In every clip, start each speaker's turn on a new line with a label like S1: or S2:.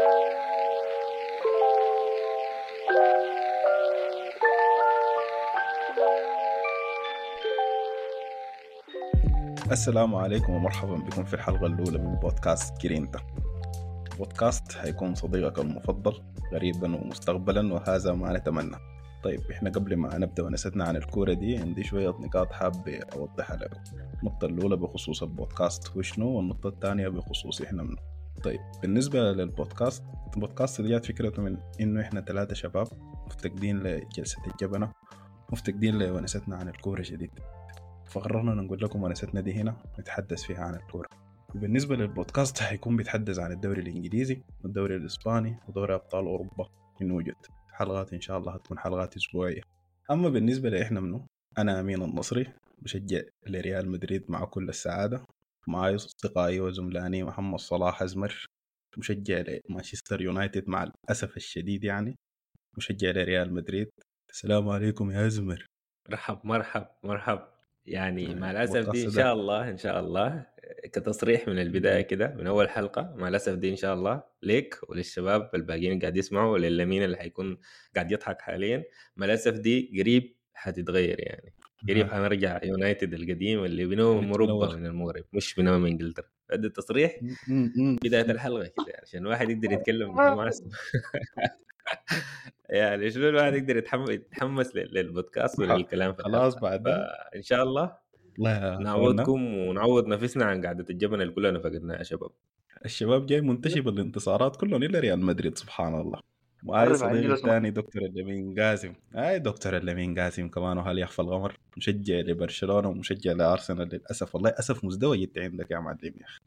S1: السلام عليكم ومرحبا بكم في الحلقة الأولى من بودكاست كرينتا. بودكاست هيكون صديقك المفضل غريبا ومستقبلا، وهذا ما نتمنى. طيب احنا قبل ما نبدأ ونستنا عن الكورة دي عندي شوية نقاط حاب أوضحها لكم. النقطة الأولى بخصوص البودكاست وشنو، والنقطة الثانية بخصوص إحنا منه. طيب بالنسبة للبودكاست، البودكاست اللي جات فكرته من إنه إحنا 3 شباب مفتقدين لجلسة الجبنة، مفتقدين لونستنا عن الكورة جديد، فقررنا نقول لكم ونستنا دي هنا نتحدث فيها عن الكورة. وبالنسبة للبودكاست هيكون بيتحدث عن الدوري الإنجليزي والدوري الإسباني ودوري أبطال أوروبا إن وجد. حلقات إن شاء الله هتكون حلقات أسبوعية. أما بالنسبة لإحنا منه، أنا أمين النصري بشجع لريال مدريد مع كل السعادة. معي أصدقائي وزملاني محمد صلاح أزمر مشجع لمانشستر يونايتد مع الأسف الشديد، يعني مشجع لريال مدريد. السلام عليكم يا أزمر.
S2: مرحب. يعني مع الأسف دي
S1: بودكاست
S2: إن
S1: ده
S2: شاء الله كتصريح من البداية كده من أول حلقة، مع الأسف دي إن شاء الله ليك وللشباب الباقيين قاعد يسمعوا وللمين اللي هيكون قاعد يضحك حاليا. مع الأسف دي قريب حتتغير، يعني قريب حنرجع يونايتد القديم اللي بنوه من أوروبا
S1: نتنور.
S2: من المغرب، مش بنوه من إنجلترا. هذا التصريح بداية الحلقة كده عشان الواحد يقدر يتكلم بحماس. يعني شنو الواحد يقدر يتحمس للبودكاست وللكلام في
S1: خلاص
S2: الحلقة.
S1: بعد ده
S2: فإن شاء الله
S1: الله يا اخوانا.
S2: نعوضكم ونعوض نفسنا عن قعدة الجبن اللي كلنا فقدناها يا شباب.
S1: الشباب جاي منتشب الانتصارات كلهم الا ريال مدريد، سبحان الله. معاي
S3: قرب عني
S1: صديقي
S3: لو سمحت.
S1: الثاني دكتور اللمين قاسم. دكتور اللمين قاسم كمان، وهل يخفى الغمر، مشجع لبرشلونه ومشجع لارسنال للاسف. والله اسف مزدوج انت عندك يا معلم يا اخي.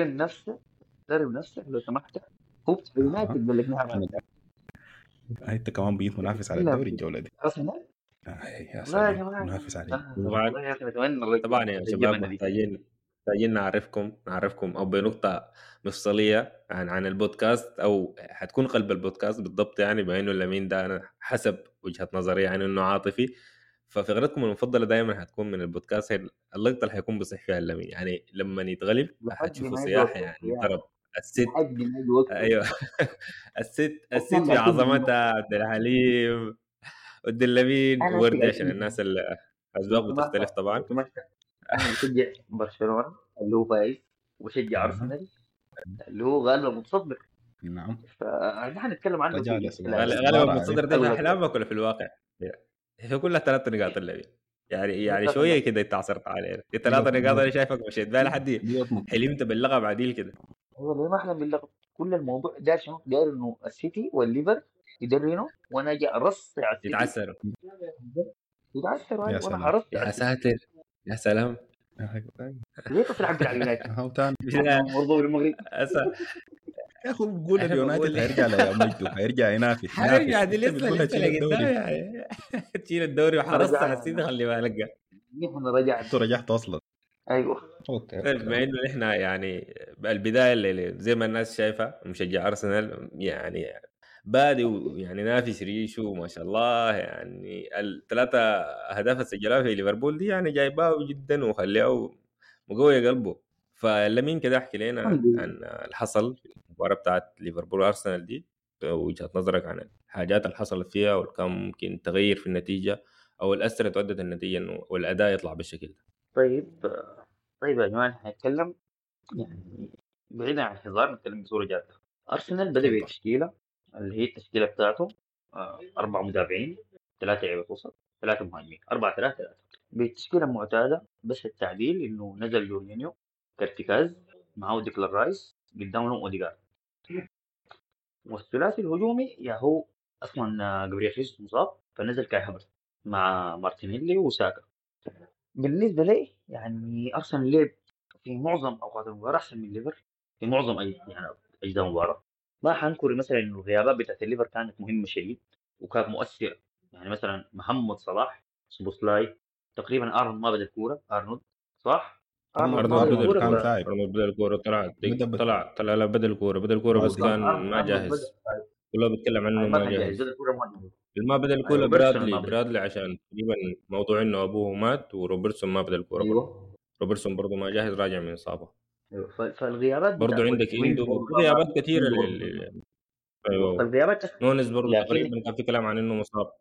S3: احترم نفسك لو سمحت. خبت في يونايتد بلقناها
S1: أنا-
S3: بعد.
S1: انت كمان بقيت منافس على
S3: إلا
S1: الدوري
S3: في
S1: الجوله دي.
S3: أرسنال.
S1: يا
S3: والله يا
S1: سلام،
S3: جماعة
S1: منافس على الدوري.
S2: طبعا
S3: والله يا أخي أتمنى
S2: طبعا يا شباب
S3: الجبنة دي.
S2: محتاجين نعرفكم او بنقطة مفصلية عن البودكاست، او حتكون قلب البودكاست بالضبط، يعني بما انه اللمين ده انا حسب وجهة نظري يعني انه عاطفي. ففقرتكم المفضلة دائما حتكون من البودكاست هي اللقطة اللي حيكون بيصيح فيها اللمين، يعني لما يتغلب
S3: لحد
S2: حتشوفوا
S3: ما يجي
S2: صياح
S3: وقته
S2: يعني
S3: يا
S2: ضرب الست.
S3: لحد ما يجي وقته.
S2: ايوه. الست
S3: أقسم
S2: في
S3: بالله منه.
S2: عظمتها، عبد الحليم ود اللمين
S3: أنا أسأل
S2: وردي، عشان
S3: أسئلة
S2: الناس
S3: لو
S2: الأذواق
S3: سمحت.
S2: بتختلف طبعا.
S3: لو سمحت أنا بشجع برشلونة اللي هو فايز، وبشجع أرسنال اللي هو غالبا متصدر.
S1: نعم.
S3: فنحن نتكلم عنه
S1: رجال
S3: في خلال
S2: غالبا
S1: الصداره هذه.
S2: متصدر ده في
S3: اللقطة.
S2: أحلامك ولا في الواقع؟ هي كلها 3 نقاط اللمين. يعني شوية كده اتعصرت علينا دي 3 نقاط. أنا شايفك مشيت بها لحد حلمت باللقب عديل كده.
S3: هو ليه ما احلم باللقب؟ كل الموضوع داير شنو؟ داير انه السيتي والليفر يدرنوا وانا اجي ارصع السيتي
S2: يتعسروا.
S3: يتعثروا.
S1: يا
S3: ايوه وانا
S1: سلام.
S3: هرصع
S2: يا
S3: السيتي.
S2: ساتر، يا سلام.
S3: ليه تصير عبد على اليونايتد؟
S1: هاو تاني
S3: برضه بالمغرب.
S1: يا اخي بقول
S2: احنا
S1: اليونايتد
S2: بقول
S1: هيرجع لأيام مجده، هيرجع ينافس
S2: حنرجع دي
S1: انت
S2: لسه
S1: بتقول
S2: لسه
S1: هتشيل
S2: لقدام
S1: الدوري.
S2: يعني. تشيل الدوري
S3: نحن
S2: وحرصت على السيتي،
S3: رجعنا.
S2: خلي بالك.
S3: نحن رجعنا.
S1: انتوا رجعتوا اصلا.
S3: ايوه.
S1: اوكي
S2: طيب بما انه نحن يعني البدايه اللي زي ما الناس شايفه مشجع ارسنال يعني بادي، ويعني نافس ريشو ما شاء الله، يعني ال3 اهداف اللي سجلها في ليفربول دي يعني جايباه جدا وخليه مقوي قلبه. فلمين كده احكي لنا
S3: الحمد لله.
S2: عن الحصل في المباراه بتاعت ليفربول وارسنال دي، وجهه نظرك عن الحاجات اللي حصلت فيها وكم ممكن تغير في النتيجه، او الأثرت ودت النتيجه انه والاداء يطلع بالشكل ده.
S3: طيب. طيب يا جماعه نحن هنتكلم يعني بعيدا عن الهزار، نتكلم بصوره جاده. ارسنال بدا
S1: تفضل.
S3: بتشكيله اللي هي التشكيله بتاعته 4 مدافعين، 3 لعيبه وسط، 3 مهاجمين، 4-3-3 بالتشكيله المعتاده. بس التعديل انه نزل جورجينيو كارتكاز معه ديكلان رايس قدامهم اوديجارد. والثلاثي الهجومي يا هو اصلا جابريل خيسوس مصاب، فنزل كاي هافرتز مع مارتينيلي وساكا. بالنسبه لي يعني ارسنال لعب في معظم اوقات المباراه احسن من ليفر في معظم يعني اجزاء المباراه. ما حنكر مثلا انه الغيابات بتاعت الليفر كانت مهمه شديد وكانت مؤثره. يعني مثلا محمد صلاح، سوبوسلاي، تقريبا ارنولد ما بدا الكوره. ارنولد صح. ارنولد
S1: ارنولد
S3: ما
S2: ارنولد
S3: بدا
S2: بدل
S1: ارنولد
S3: الكوره
S1: كان
S2: الكوره،
S1: لاعب.
S2: ارنولد بدل الكوره،
S1: بدا
S2: طلع لا بدل الكوره بس
S3: بالضبط.
S2: كان ما
S3: ارنولد بدا.
S2: جاهز. كله بيتكلم عنه
S3: ما
S2: ما
S3: كان جاهز، بدا
S2: جاهز.
S3: الكوره ما جاهز.
S2: ما بدل الكوره
S3: روبرتسون ما بدا.
S2: برادلي عشان تقريبا موضوع انه ابوه مات، وروبرتسون ما بدل الكوره برضه.
S3: ايوه.
S2: روبرتسون برضه ما جاهز، راجع من اصابه.
S3: ايوه فالغيابات
S2: برضه
S3: بتاعت
S2: عندك
S3: ويلفرد
S2: في غيابات كثيره
S3: عنده برضه مهمه.
S2: ايوه
S3: فالغيابات
S2: نونز برضه
S3: لكن
S2: تقريبا كان في كلام عن انه مصاب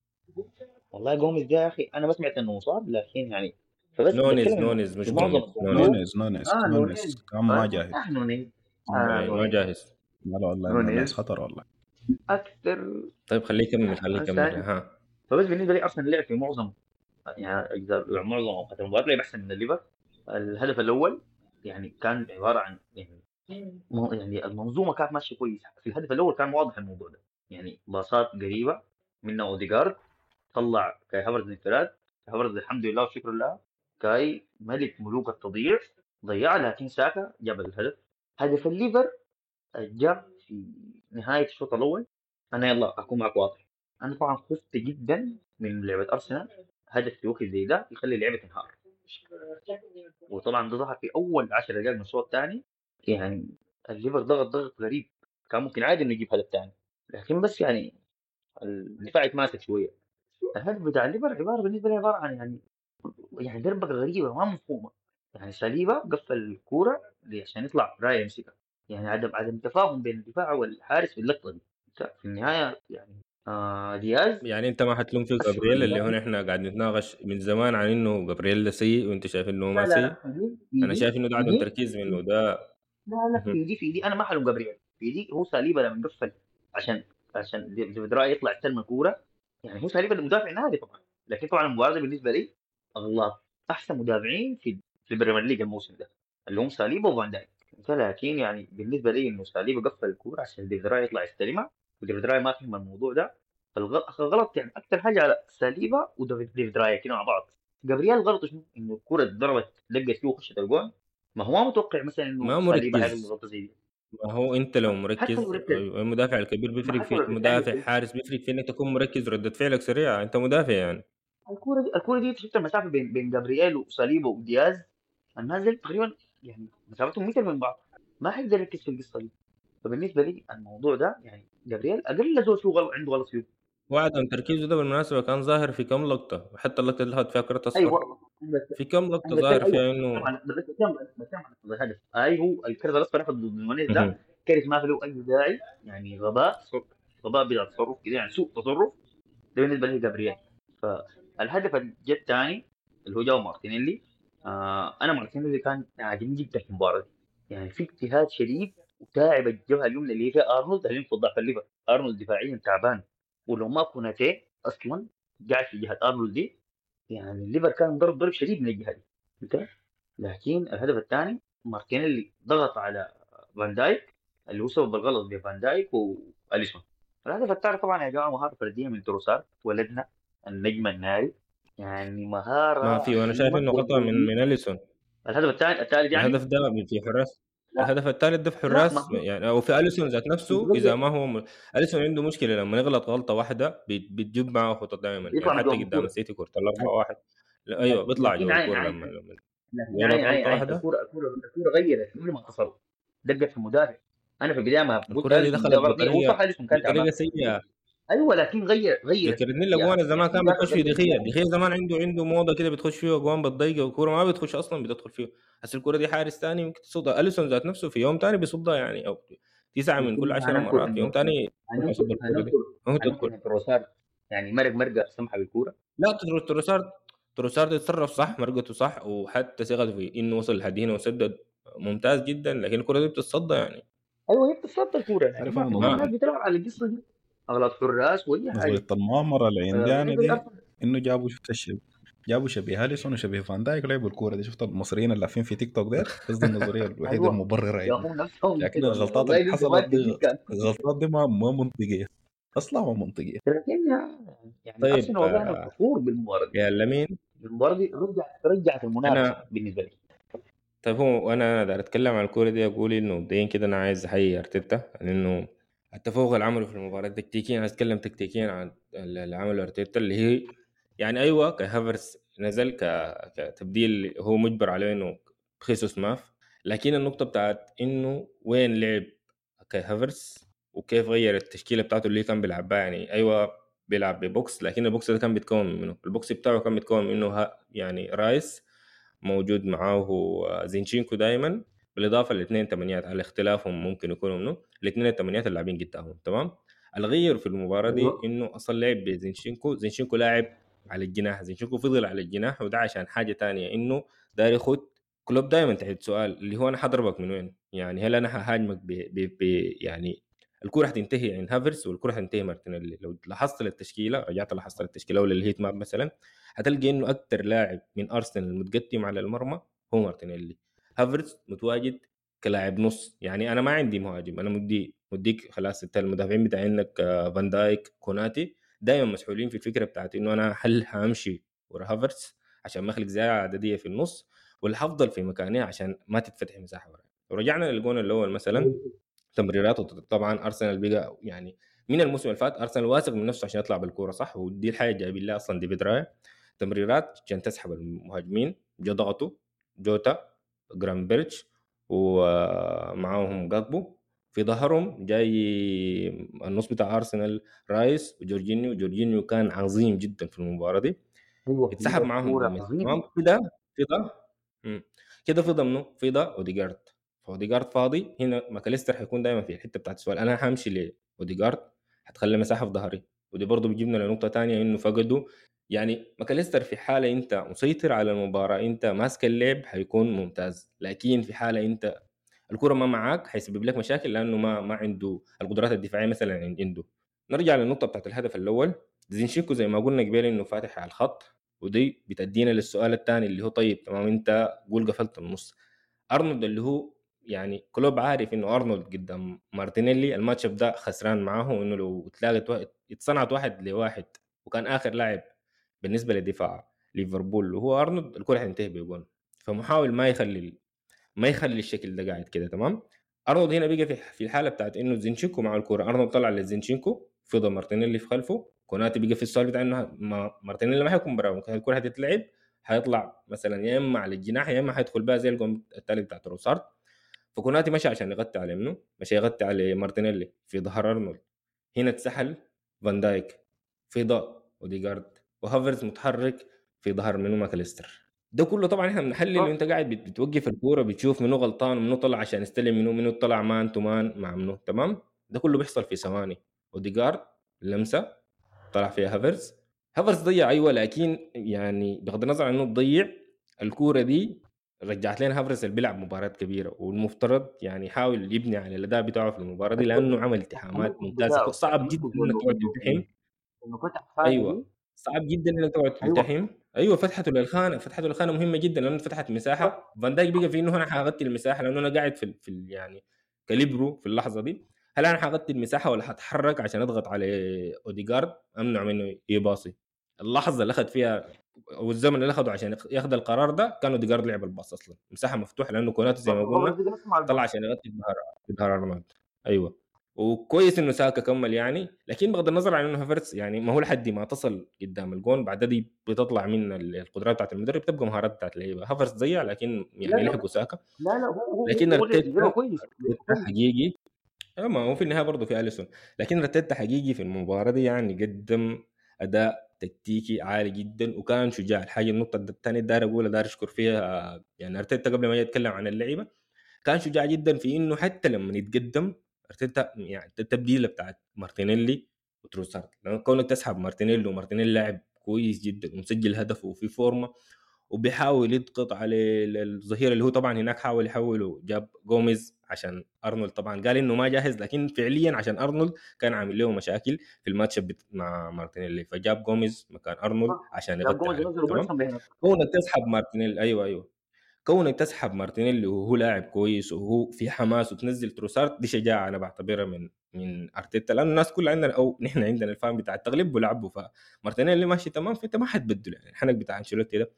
S3: والله جوميز ده يا اخي انا ما سمعت انه مصاب، لكن يعني فبس
S2: نونز
S3: بتكلم انه
S2: نونز
S3: في
S2: مش
S3: معظم
S2: جوميز
S3: الظهور.
S2: نونز.
S3: نونيز.
S1: نونيز كان ما جاهز.
S3: نونيز.
S2: أي ما
S3: نونيز.
S2: جاهز.
S1: لا والله نونيز
S3: نونيز
S1: خطر والله.
S3: اكثر.
S2: طيب خليه يكمل خليه يكمل
S3: هسه
S2: ها.
S3: فبس بالنسبه لي ارسنال لعب في معظم، يعني اجزاء، يعني معظم اوقات المباراه لعب احسن من الليفر. الهدف الاول يعني كان عباره عن يعني يعني المنظومه كانت ماشيه كويس في الهدف الاول، كان واضح الموضوع ده. يعني باصات قريبه من اوديجارد، طلع كاي هافرز انفراد، كاي هافرز الحمد لله والشكر لله، كاي ملك ملوك التضييع ضيع، لكن ساكا جاب الهدف. هدف الليفر جاء في نهايه الشوط الاول. انا يلا اكون معك واضح، انا طبعا خفت جدا من لعبه ارسنال، هدف في وقت زي ده يخلي اللعبه تنهار. وطبعا ده ظهر في اول 10 دقائق من الشوط الثاني. يعني الليفر ضغط غريب، كان ممكن عادي انه يجيب هدف ثاني، لكن بس يعني الدفاع يتماسك شويه. الهدف بتاع الليفر عباره بالنسبه لي عباره عن يعني ضربه غريبه ما مفهومه. يعني ساليبا قفل الكوره عشان يطلع رايه يمسكها. يعني عدم تفاهم بين الدفاع والحارس في اللقطه دي. في النهايه يعني دياز
S2: يعني انت ما حتلوم في
S3: اسفل
S2: جابرييل اللي
S3: الجدار.
S2: هنا احنا قاعد نتناقش من زمان عن انه جابرييل ده سيء وانت شايف انه
S3: لا
S2: ما
S3: لا لا،
S2: سيء.
S3: في
S2: انا
S3: دي
S2: شايف انه ده
S3: في
S2: عدم
S3: دي
S2: تركيز منه ده.
S3: لا لا، في دي انا ما حلوم جابرييل. في دي هو ساليبا لما قفل عشان ديفيد راي يطلع يستلم الكوره. يعني هو ساليبا المدافع نادي طبعا، لكن طبعا المباراه دي بالنسبه لي اغلاط احسن مدافعين في البريمير ليج الموسم ده اللي هم ساليبا وفان دايك. لكن يعني بالنسبه لي انه ساليبا قفل الكوره عشان ديفيد راي يطلع يستلمها، وديفيد راي ما فهم الموضوع ده. الغلط يعني اكثر حاجه على ساليبا وديفيد راي كده مع بعض. جابرييل غلط شنو؟ انه الكوره ضربت دقت فيه وخشت الجون. ما هو ما متوقع مثلا انه
S2: ما
S3: صليبه هيغلط
S2: مركز.
S3: غلطه زي دي.
S2: ما هو انت لو
S3: حتى
S2: مركز
S3: لو ركز،
S2: المدافع الكبير
S3: ما
S2: بيفرق
S3: حتى لو
S2: في
S3: ركز يعني
S2: مدافع حارس بيفرق في انك تكون مركز ردة فعلك سريعة انت مدافع يعني.
S3: الكوره دي انت شفت المسافه بين جابرييل وصليبه ودياز، الناس دي تقريبا يعني مسافتهم متر من بعض، ما حيقدر يركز في القصه دي. فبالنسبه لي الموضوع ده يعني جابرييل اقل زول فيه غلط، عنده غلط فيه.
S2: وعدم تركيزه ده بالمناسبة كان ظاهر في كم لقطة حتى اللقطة اللي اخذ فيها كرة اصفر.
S3: ايوه بس
S2: في كم لقطة
S3: انا بتكلم،
S2: ظاهر
S3: ايوه
S2: فيها
S3: بتكلم
S2: انه
S3: عن بتكلم عن الهدف. اي هو الكره الاصفر اخذ ضد المونيز ده كارثه ما في له اي داعي. يعني غباء بلا تصرف كده، يعني سوء تصرف. ده بالنسبه لي جابرييل. فالهدف اللي جاء الثاني اللي هو جاو مارتينيلي، انا مارتينيلي كان عاجبني جدا في المباراه دي. يعني في اجتهاد شديد، وتاعب الجبهه اليمنى اللي هي فيها ارنولد اللي في ضعف الليفر. ارنولد دفاعيا تعبان، ولو ما كوناتي اصلا قاعد في جهه ارنولد دي، يعني الليفر كان ضرب شديد من الجهه دي. اوكي. لكن الهدف الثاني مارتينيلي ضغط على فان دايك، اللي هو سبب الغلط بين فان دايك واليسون. الهدف الثاني طبعا يا جماعه مهاره فرديه من تروسار، ولدنا النجم الناري. يعني
S2: ما
S3: مهاره
S2: في. وانا شايف
S3: عظيمه
S2: انه خطأ
S3: والتوظيف.
S2: من اليسون.
S3: الهدف الثاني الثالث يعني
S2: الهدف ده في حراس.
S3: لا
S2: الهدف الثالث ده في
S3: لا ما
S2: حراس
S3: هو
S2: يعني او في اليسون ذات نفسه اذا
S3: بيتغير،
S2: ما هو اليسون عنده مشكله لما يغلط غلطه واحده بتجيب معه خطط دائما
S3: يطلع
S2: يعني
S3: من جوا
S2: حتى
S3: من
S2: قدام
S3: الكوره.
S2: السيتي كورة الأربعة واحد. لا ايوه بيطلع
S3: لكن
S2: جوا
S3: عين
S2: الكوره
S3: عين
S2: لما
S3: لكن
S2: يغلط غلطه
S3: عين
S2: واحده.
S3: الكوره غيرت قبل ما تصل، دقت في المدافع. انا في البدايه ما قلت
S2: الكره دي
S3: اليسون ده
S2: دخلت
S3: غلط، هو صح
S2: بطريقه
S3: اليسون كان تعبان.
S2: سيئه.
S3: ايوه لكن غيرت
S2: ذكرني
S3: يا
S2: الاجوان زمان
S3: يعني
S2: كان
S3: هو ذاك
S2: بتخش في
S3: الضربه
S2: دخيا
S3: الجايه.
S2: دخيا زمان عنده موضه كده بتخش فيه اجوان بالضيقه والكوره ما بتخش اصلا بتدخل فيه. هسه الكوره دي حارس ثاني ممكن تصدها اليسون ذات نفسه في يوم ثاني بيصدها يعني او 9 من كل 10
S3: هنذكر
S2: مرات يوم
S3: انه
S2: ثاني يصد الكوره دي
S3: هنذكر
S2: ما هو
S3: هنذكر
S2: تدخل.
S3: ان تروسار يعني مرقه سمحه بالكوره.
S2: لا تروسارد يتصرف صح مرقته صح وحتى ثقته في انه وصل لحد هنا وسدد ممتاز جدا لكن الكره دي بتتصدى يعني.
S3: ايوه هي بتصد الكوره، لكن
S1: عارف
S3: ما
S1: انا
S3: في الناس
S2: ما
S3: بتلعب على القصه دي، اغلاط حراس واي حاجه.
S1: نظرية المؤامرة اللي عندي يعني
S3: بالنسبه لي
S1: دي
S3: ارسنال
S1: انه جابوا شبيه هاليسون وشبيه فان دايك لعبوا الكورة دي. شفت المصريين اللي لافين في تيك توك دير، بس دي النظرية الوحيدة
S3: ايوه
S1: المبررة
S3: يا
S1: عندي.
S3: هم نفسهم
S1: لكن
S3: كده والله،
S1: الغلطات اللي
S3: والله دي
S1: حصلت
S3: زمان
S1: دي
S3: كتير كان.
S1: الغلطات دي ما منطقية، اصلا ما منطقية.
S3: لكن يعني
S2: طيب
S3: ارسنال والله انا فخور بالمباراه دي.
S2: يا لمين.
S3: المباراه دي رجعت المنافسه
S2: انا
S3: بالنسبه لي.
S2: طيب هو انا داير اتكلم عن الكوره دي اقول انه مبدئيا كده انا عايز احيي ارتيتا لانه التفوق اللي عمله في المباراه تكتيكيا. انا اتكلم تكتيكيا عن اللي عمله ارتيتا اللي هي يعني ايوه كهافرس نزل كتبديل هو مجبر عليه انه خيسوس ماف. لكن النقطه بتاعت انه وين لعب كهافرس وكيف غير التشكيله بتاعته اللي كان بيلعب بها يعني ايوه بيلعب ببوكس لكن البوكس ده كان بيتكون منه البوكس بتاعه كان بيتكون منه يعني رايس موجود معاه زينشينكو دايما بالاضافه لاثنين تمنيات على اختلافهم ممكن يكونوا منه الاثنين التمنيات اللاعبين قدامهم. تمام. الغير في المباراه دي
S3: ايوه
S2: انه اصلا لعب زينشينكو لاعب على الجناح، زينشينكو فضل على الجناح، وده عشان حاجه تانية انه داير يخد. كلوب دائما تحت سؤال اللي هو انا حضربك من وين؟ يعني هل انا ههاجمك يعني الكره حتنتهي عند هافرس والكره حتنتهي مارتينيلي؟ لو لاحظت التشكيله، رجعت لاحظت التشكيله ولا الهيت ماب مثلا، هتلقى انه اكثر لاعب من ارسنال المتقدم على المرمى هو مارتينيلي. هافرز متواجد كلاعب نص، يعني انا ما عندي مهاجم، انا مديك خلاص انت المدافعين بتاع عندك فان دايك كوناتي دائما مسحولين في الفكره بتاعت انه انا هل همشي ورا هافرز عشان ما اخلق زياده عدديه في النص، ولا هفضل في مكاني عشان ما تتفتح مساحه ورا. ورجعنا للجون الاول مثلا، تمريراته طبعا ارسنال بقى يعني من الموسم اللي فات ارسنال واثق من نفسه عشان يطلع بالكوره صح، ودي الحاجه جايبين لها اصلا ديفيد رايا، تمريرات عشان تسحب المهاجمين. جو ضغطوا جوتا، جرامبرتش، ومعاهم جاكبو، في ظهرهم جاي النص بتاع ارسنال رايس وجورجينيو كان عظيم جدا في المباراه دي.
S3: ايوه
S2: اتسحب
S3: في
S2: معاهم
S3: كوره
S2: جوميز. تمام
S3: عظيمه.
S2: كده. فضا مم. كده فضا منه فضا اوديجارد. فاوديجارد فاضي هنا، ماكاليستر حيكون دايما في الحته بتاعت السؤال انا همشي لاوديجارد، هتخلي مساحه في ظهري. ودي برضه بيجيبنا لنقطه تانية انه فقدوا. يعني ماكاليستر في حاله انت مسيطر على المباراه، انت ماسك اللعب حيكون ممتاز، لكن في حاله انت الكره ما معاك حيسبب لك مشاكل لانه ما عنده القدرات الدفاعيه مثلا عنده. نرجع للنقطه بتاعت الهدف الاول. زينشينكو زي ما قلنا قبل انه فاتح على الخط، ودي بتدينا للسؤال الثاني اللي هو طيب تمام انت قول قفلت النص، ارنولد اللي هو يعني كلوب عارف انه ارنولد قدام مارتينيلي الماتش ده خسران معاه، وانه لو اتلاقت اتصنعت واحد لواحد وكان اخر لاعب بالنسبه لدفاع ليفربول وهو ارنولد الكره حتنتهي بجون. فمحاول ما يخلي الشكل ده قاعد كده. تمام. ارنولد هنا بقى في الحاله بتاعت انه زينشينكو مع الكوره، ارنولد طلع لزينشينكو، فضل مارتينيلي في خلفه، كوناتي بقى في السؤال بتاع انه مارتينيلي ما حيكون برا، ممكن الكوره هتتلعب هيطلع مثلا يا اما على الجناح يا اما حيدخل بها زي الجون الثالث بتاع تروسارد. فكوناتي مشى عشان يغطي على منه، مشى يغطي على مارتينيلي في ظهر ارنولد. هنا اتسحل فان دايك في ضاء اوديجارد، وهافرز متحرك في ظهر منو ماكاليستر. ده كله طبعا احنا بنحلل وانت قاعد بتوقف الكوره بتشوف منو غلطان ومنو طلع عشان يستلم منو طلع مان تو مان مع منو. تمام. ده كله بيحصل في ثواني. اوديجارد لمسه طلع فيها هافرز ضيع ايوه، لكن يعني بغض النظر عن انه ضيع الكوره دي رجعت لنا هافرز اللي بيلعب مباراه كبيره، والمفترض يعني يحاول يبني على الاداء بتاعه في المباراه دي لانه عمل التحامات
S3: التمركز
S2: ممتازه.
S3: بتاعه
S2: صعب جدا
S3: التمركز
S2: انك
S3: انه
S2: تقعد
S3: انه
S2: تلتحم.
S3: انه انه فتح خانه
S2: ايوه
S3: دي.
S2: صعب جدا انك تقعد
S3: ايوه
S2: تلتحم. ايوه فتحته للخانه مهمه جدا لانه فتحت مساحه. فان دايك بقى في انه انا حغطي المساحه لانه انا قاعد يعني كاليبرو في اللحظه دي. هل انا حغطي المساحه ولا حتحرك عشان اضغط على اوديجارد امنع منه يباصي؟ اللحظه اللي اخذ فيها او الزمن اللي اخذه عشان ياخذ القرار ده كان اوديجارد لعب الباص اصلا، مساحه مفتوحه لانه كوناتو زي
S3: بالضبط،
S2: ما
S3: وهو
S2: قلنا
S3: بقى نفسه مع
S2: طلع
S3: الباص.
S2: عشان يغطي ظهر ارنولد. ايوه. وكويس انه ساكا كمل يعني، لكن بغض النظر عن انه هافرتس يعني ما هو لحد ما تصل قدام الجون بعد دي بتطلع من القدرات بتاعت المدرب، تبقى مهارات بتاعت اللعيبه. هافرتس ضيع لكن
S3: لا
S2: يعني
S3: لا
S2: لحقوا ساكا.
S3: لا لا
S2: لكن
S3: هو لعب كويس لعب
S2: ارتيتا
S3: كويس.
S2: حقيقي. ما هو في النهايه برضه في اليسون، لكن ارتيتا حقيقي في المباراه دي يعني قدم اداء تكتيكي عالي جدا وكان شجاع. الحاجه النقطه الثانيه داير اقولها داير اشكر فيها يعني ارتيتا قبل ما يتكلم عن اللعيبه، كان شجاع جدا في انه حتى لما يتقدم ارتيتا يعني التبديله بتاعت مارتينيلي وتروسارد، لأنه كونك تسحب مارتينيلي ومارتينيلي لاعب كويس جدا ومسجل هدف وفي فورمه وبيحاول يضغط على الظهير اللي هو طبعا هناك حاول يحوله، جاب جوميز عشان ارنولد طبعا قال انه ما جاهز، لكن فعليا عشان ارنولد كان عامل له مشاكل في الماتش مع مارتينيلي، فجاب جوميز مكان ارنولد
S3: صح،
S2: عشان
S3: جاب
S2: يغطي
S3: جوز
S2: عليه.
S3: ونزل
S2: تمام.
S3: وبرسم بهناك.
S2: كونك تسحب مارتينيلي ايوه كونك تسحب مارتينيلي وهو لاعب كويس وهو في حماس وتنزل تروسارد، دي شجاعه انا بعتبرها من ارتيتا، لانه الناس كلها عندنا او نحن عندنا الفان بتاع التغلب ولعبوا، فمارتينيلي ماشي تمام فانت ما حتبدله يعني الحنك بتاع انشيلوتي ده.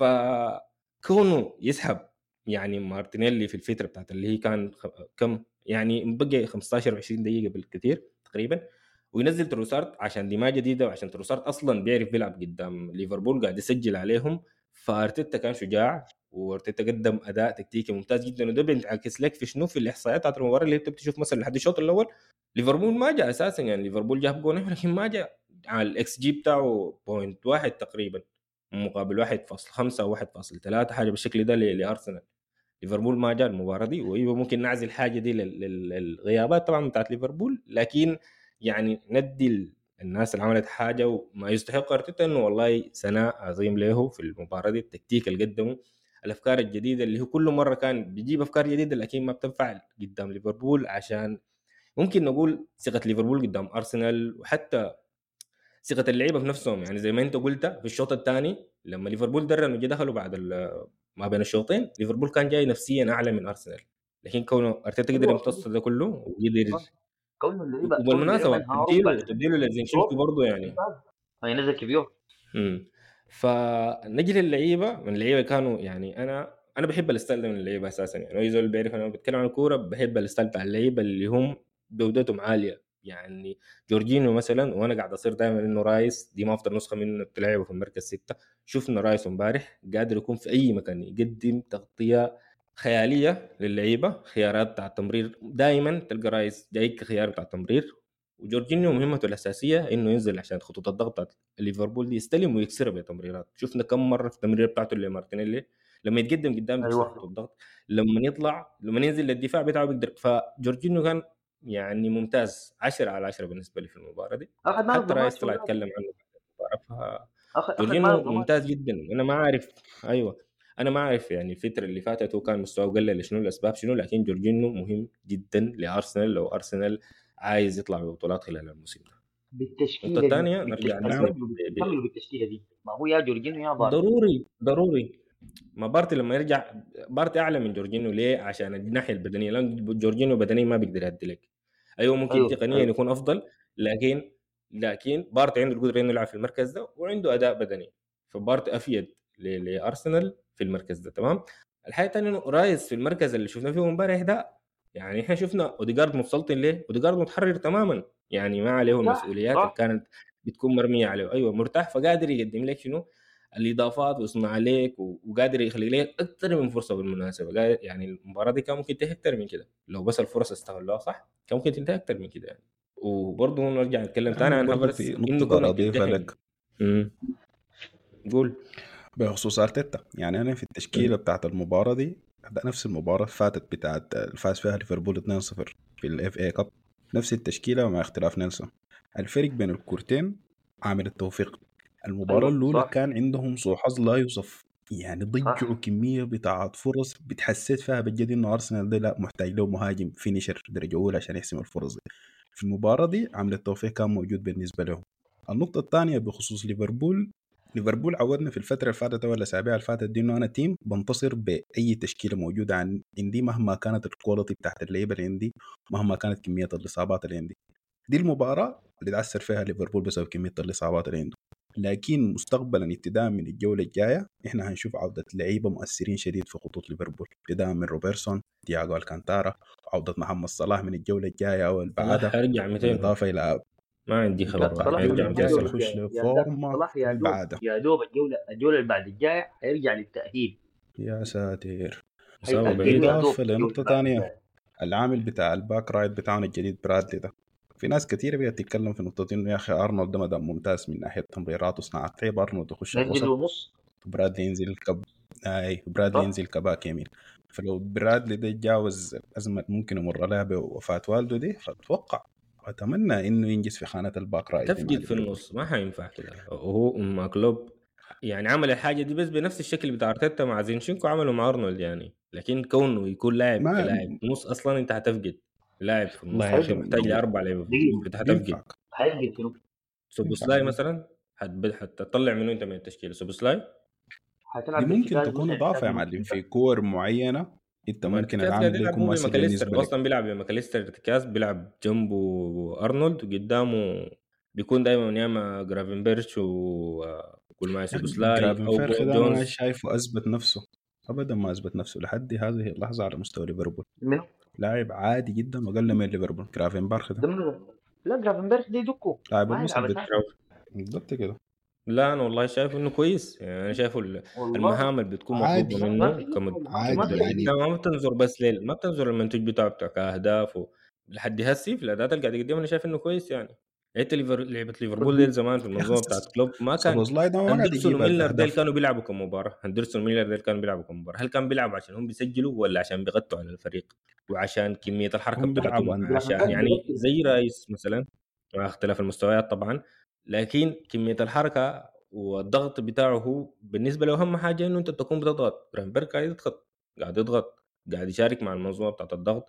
S2: فكونه يسحب يعني مارتينيلي في الفتره بتاعت اللي هي كان كم يعني بقي 15 20 دقيقه بالكثير تقريبا، وينزل تروسارد عشان دماء جديده وعشان تروسارد اصلا بيعرف بيلعب قدام ليفربول قاعد يسجل عليهم. فارتيتا كان شجاع وارتيتا قدم اداء تكتيكي ممتاز جدا، وده بينعكس لك في شنو في الاحصائيات بتاعت المباراه اللي انت بتشوف مثلا لحد الشوط الاول ليفربول ما جاء اساسا، يعني ليفربول جاب جول لكن ما جاء على الاكس جي بتاعه بوينت واحد تقريبا مقابل 1.5 او 1.3 حاجه بالشكل ده لارسنال. ليفربول ما جاء المباراه دي، وايوه ممكن نعزل حاجه دي للغيابات طبعا بتاعت ليفربول، لكن يعني ندي الناس اللي عملت حاجه وما يستحق ارتيتا انه والله ثناء عظيم له في المباراه دي. التكتيك اللي قدمه، الافكار الجديده اللي هو كل مره كان بيجيب افكار جديده لكن ما بتنفع قدام ليفربول، عشان ممكن نقول ثقه ليفربول قدام ارسنال، وحتى ثقه اللعيبه في نفسهم. يعني زي ما انت قلت في الشوط الثاني لما ليفربول درب وجي دخلوا بعد ما بين الشوطين، ليفربول كان جاي نفسيا اعلى من ارسنال، لكن كونه ارتيتا قدر
S3: ايوه
S2: يمتص ده كله وقدر.
S3: كون اللعيبه
S2: وبالمناسبه
S3: انهاروا بعد
S2: تديله لزينشينكو
S3: الشوط
S2: برضه يعني.
S3: هينزل كبير.
S2: امم فنجي للعيبه، من اللعيبه كانوا يعني انا بحب الستايل ده من اللعيبه اساسا. يعني اي زول بيعرف انا بتكلم عن الكوره بحب الستايل بتاع اللعيبه اللي هم جودتهم عاليه. يعني جورجينيو مثلا، وانا قاعد اصير دائما انه رايس دي ما افضل نسخه منه تلعبه في المركز 6. شفنا رايس امبارح قادر يكون في اي مكان يقدم تغطيه خياليه للعيبه، خيارات بتاع التمرير دائما تلقى رايس جايك خيار بتاع التمرير. وجورجينيو مهمته الاساسيه انه ينزل عشان خطوط الضغط ليفربول دي يستلم ويكسرها بتمريرات. شفنا كم مره في التمرير بتاعته لمارتينيلي لما يتقدم قدام بيكسر خطوط
S3: ايوه
S2: الضغط، لما يطلع لما ينزل للدفاع بتاعه بيقدر. فجورجينيو كان يعني ممتاز 10 على 10 بالنسبه لي في المباراه دي.
S3: اخذ مان اوف
S2: حتى
S3: ذا
S2: رايس
S3: ماتش
S2: طلع يتكلم عنه بعد المباراه.
S3: اخذ مان
S2: فجورجينيو
S3: اوف ذا ماتش.
S2: ممتاز جدا. انا ما اعرف، ايوه انا ما اعرف يعني الفتره اللي فاتت هو كان مستواه قلل شنو الاسباب شنو، لكن جورجينيو مهم جدا لارسنال لو ارسنال عايز يطلع ببطولات خلال الموسم ده. النقطة
S3: بالتشكيله دي
S2: الثانية نرجع الناس
S1: نعم.
S3: كملوا بالتشكيله دي، ما هو يا جورجينيو يا بارتي.
S2: ضروري. ما بارتي لما يرجع، بارتي اعلى من جورجينيو ليه؟ عشان الناحية البدنية، لأن جورجينيو بدنيا ما بيقدر يدي لك. ايوه ممكن
S3: ايوه
S2: تقنيا
S3: ايوه
S2: يكون افضل، لكن بارتي عنده القدرة انه يلعب في المركز ده وعنده اداء بدني، فبارتي افيد لارسنال في المركز ده. تمام. الحاجة الثانية انه رايس في المركز اللي شفنا فيه امبارح ده، يعني احنا شفنا اوديجارد متسلطن ليه؟ اوديجارد متحرر تماما، يعني ما عليه
S3: مرتاح
S2: المسؤوليات اللي
S3: صح.
S2: كانت بتكون مرميه عليه. ايوه مرتاح، فقادر يقدم لك شنو الاضافات ويصنع عليك وقادر يخلق لك اكثر من فرصه. بالمناسبه يعني المباراه دي كان ممكن تنتهي اكثر من كده لو بس الفرص استغلوها صح، كان ممكن تنتهي اكثر من كده يعني. وبرضه نرجع نتكلم ثاني
S1: انا
S2: عن
S1: برضو
S2: هافرز
S1: في
S2: انه
S1: نقطة دار
S2: كونك
S1: اضيفها
S2: تلتحم.
S1: لك
S2: امم قول.
S1: بخصوص ارتيتا. يعني انا في التشكيلة بتاعت المباراة دي، ده نفس المباراة اللي فاتت بتاعت الفاز فيها ليفربول 2-0 في الاف اي كاب، نفس التشكيلة مع اختلاف نيلسون. الفرق بين الكورتين عامل التوفيق. المباراة
S3: ايوه
S1: الأولى
S3: صح
S1: كان عندهم سوء حظ لا يوصف، يعني ضيعوا
S3: صح
S1: كمية بتاعت فرص بتحسيت فيها بجد إنه أرسنال ده لا محتاج له مهاجم فينيشر درجة أولى عشان يحسم الفرص دي. في المباراة دي عامل التوفيق كان موجود بالنسبة لهم. النقطة الثانية بخصوص ليفربول، ليفربول عودنا في الفترة اللي فاتت ولا الأسابيع اللي فاتت دي إنه أنا تيم بنتصر بأي تشكيلة موجودة عندي مهما كانت الكواليتي بتاعت اللعيبة اللي عندي، مهما كانت كمية الإصابات اللي عندي. دي المباراة اللي تعثر فيها ليفربول بسبب كمية الإصابات اللي عنده. لكن مستقبلا ابتداء من الجولة الجاية احنا هنشوف عودة لعيبة مؤثرين شديد في خطوط ليفربول، ابتداء من روبرتسون، تياغو الكانتارا، عودة محمد صلاح من الجولة الجاية أو
S2: صلاح
S1: البعادة،
S2: هيرجع 200.
S1: بالإضافة إلى
S2: ما عندي خبر
S3: لا
S1: صلاح
S2: والله،
S3: صلاح
S2: هيرجع
S3: يرجع
S1: الجولة
S3: 200
S2: 200
S1: الجاية
S3: الجوله
S2: صلاح.
S1: يخش
S3: الجايه يا لا.
S1: لفورمة
S3: صلاح يا دوب
S1: البعادة.
S3: يا دوب الجوله اللي بعد الجايه هيرجع للتاهيل.
S1: يا ساتر.
S2: إصابة
S3: هيأجل يا
S2: بعيدة.
S3: دوب
S1: بالإضافة
S3: الجوله اللي
S1: لنقطة
S3: بعد
S1: تانية،
S3: الجايه.
S1: العامل بتاع الباك رايت بتاعنا الجديد برادلي ده، في ناس كتير بقت تتكلم في نقطة إنه يا أخي أرنولد ده مدام ممتاز من ناحية تمريرات وصناعة لعب، أرنولد يخش
S3: نزل
S1: الوسط،
S3: ونص
S1: برادلي ينزل برادلي
S3: صح.
S1: ينزل كباك يمين. فلو برادلي ده يتجاوز أزمة ممكن يمر لها بوفاة والده دي، فأتوقع وأتمنى إنه ينجز في خانة الباك رايت دي مع
S2: هتفقد في
S1: ليفربول.
S2: النص، ما حينفع كده. وهو مع كلوب يعني عمل الحاجه دي بس بنفس الشكل بتاع ارتيتا مع زينشينكو عمله مع ارنولد يعني. لكن كونه يكون لاعب
S1: ما
S2: كلاعب نص اصلا انت هتفقد لاعب في
S1: والله
S2: النص،
S1: يا أخي
S2: انت محتاج لاربع لعيبه في النص
S3: دقيقه
S2: انت هتفقد.
S1: بينفعك
S3: هيأجل شنو؟
S1: بينفعك
S2: سوبوسلاي مثلا هتطلع منه انت من التشكيله سوبوسلاي.
S1: دي
S3: هتلعب
S1: ممكن
S3: بارتكاز
S1: تكون
S3: مثلا
S1: إضافة
S3: ارتكاز
S1: يا
S3: نص
S1: معلم
S3: انت.
S1: في كور معينة. أنت
S2: ما
S1: ممكن
S2: ارتكاز قاعد
S1: العامل ده
S2: يلعب
S1: يكون
S2: هو
S1: مؤثر
S2: بماكاليستر،
S1: بالنسبة
S2: هو
S1: لك.
S2: اصلا بيلعب بماكاليستر ارتكاز، بيلعب جنبه ارنولد وقدامه بيكون دايما يا اما جرافنبرش وكل ما
S1: يا أخي
S2: سوبوسلاي او
S1: جرافنفيرخ ده ما
S2: جونز.
S1: شايفه أثبت نفسه أبدا، ما أثبت نفسه لحد هذه اللحظة على مستوى ليفربول.
S3: منو؟
S1: لاعب عادي جدا وأقل من ليفربول جرافنبرخ ده،
S3: ده منو؟ لا جرافنبرخ دي دوكو
S1: لاعب
S3: ما
S1: الوسط
S3: يلعب اساسا.
S1: بالضبط كده.
S2: لا انا والله شايف انه كويس. يعني انا شايفه
S3: والله
S2: المهام اللي بتكون مطلوبه
S1: عادي
S3: ما في
S2: منه
S3: اي حاجه ما
S1: عادي
S3: في اي
S1: يعني.
S2: ما بتنظر بس ليل، ما بتنظر المنتوج بتاعه كاهداف لحد هسي في الاداءات اللي قاعد يقدمها انا شايف انه كويس يعني. انت لعبه ليفربول ديل زمان في
S1: يا اخي
S2: المنظومه بتاعت كلوب ما كان
S1: سوبوزلاي ده ما قاعد
S2: هندرسون
S1: يجيب
S2: وميلنر ديل
S1: الاهداف.
S2: كانوا بيلعبوا كمباراه. هندرسون وميلنر ديل كانوا بيلعبوا كمباراه. هل كان بيلعبوا عشان هم بيسجلوا ولا عشان بيغطوا على الفريق وعشان كميه الحركه
S1: هم بيلعبوا
S2: بتاعتهم؟
S1: هندرس.
S2: عشان يعني زي رايس مثلا، مع اختلاف المستويات طبعا، لكن كميه الحركه والضغط بتاعه هو بالنسبه له اهم حاجه انه انت تكون بتضغط. برامبرج قاعد يضغط، قاعد يضغط، قاعد يشارك مع المنظومه بتاعت الضغط،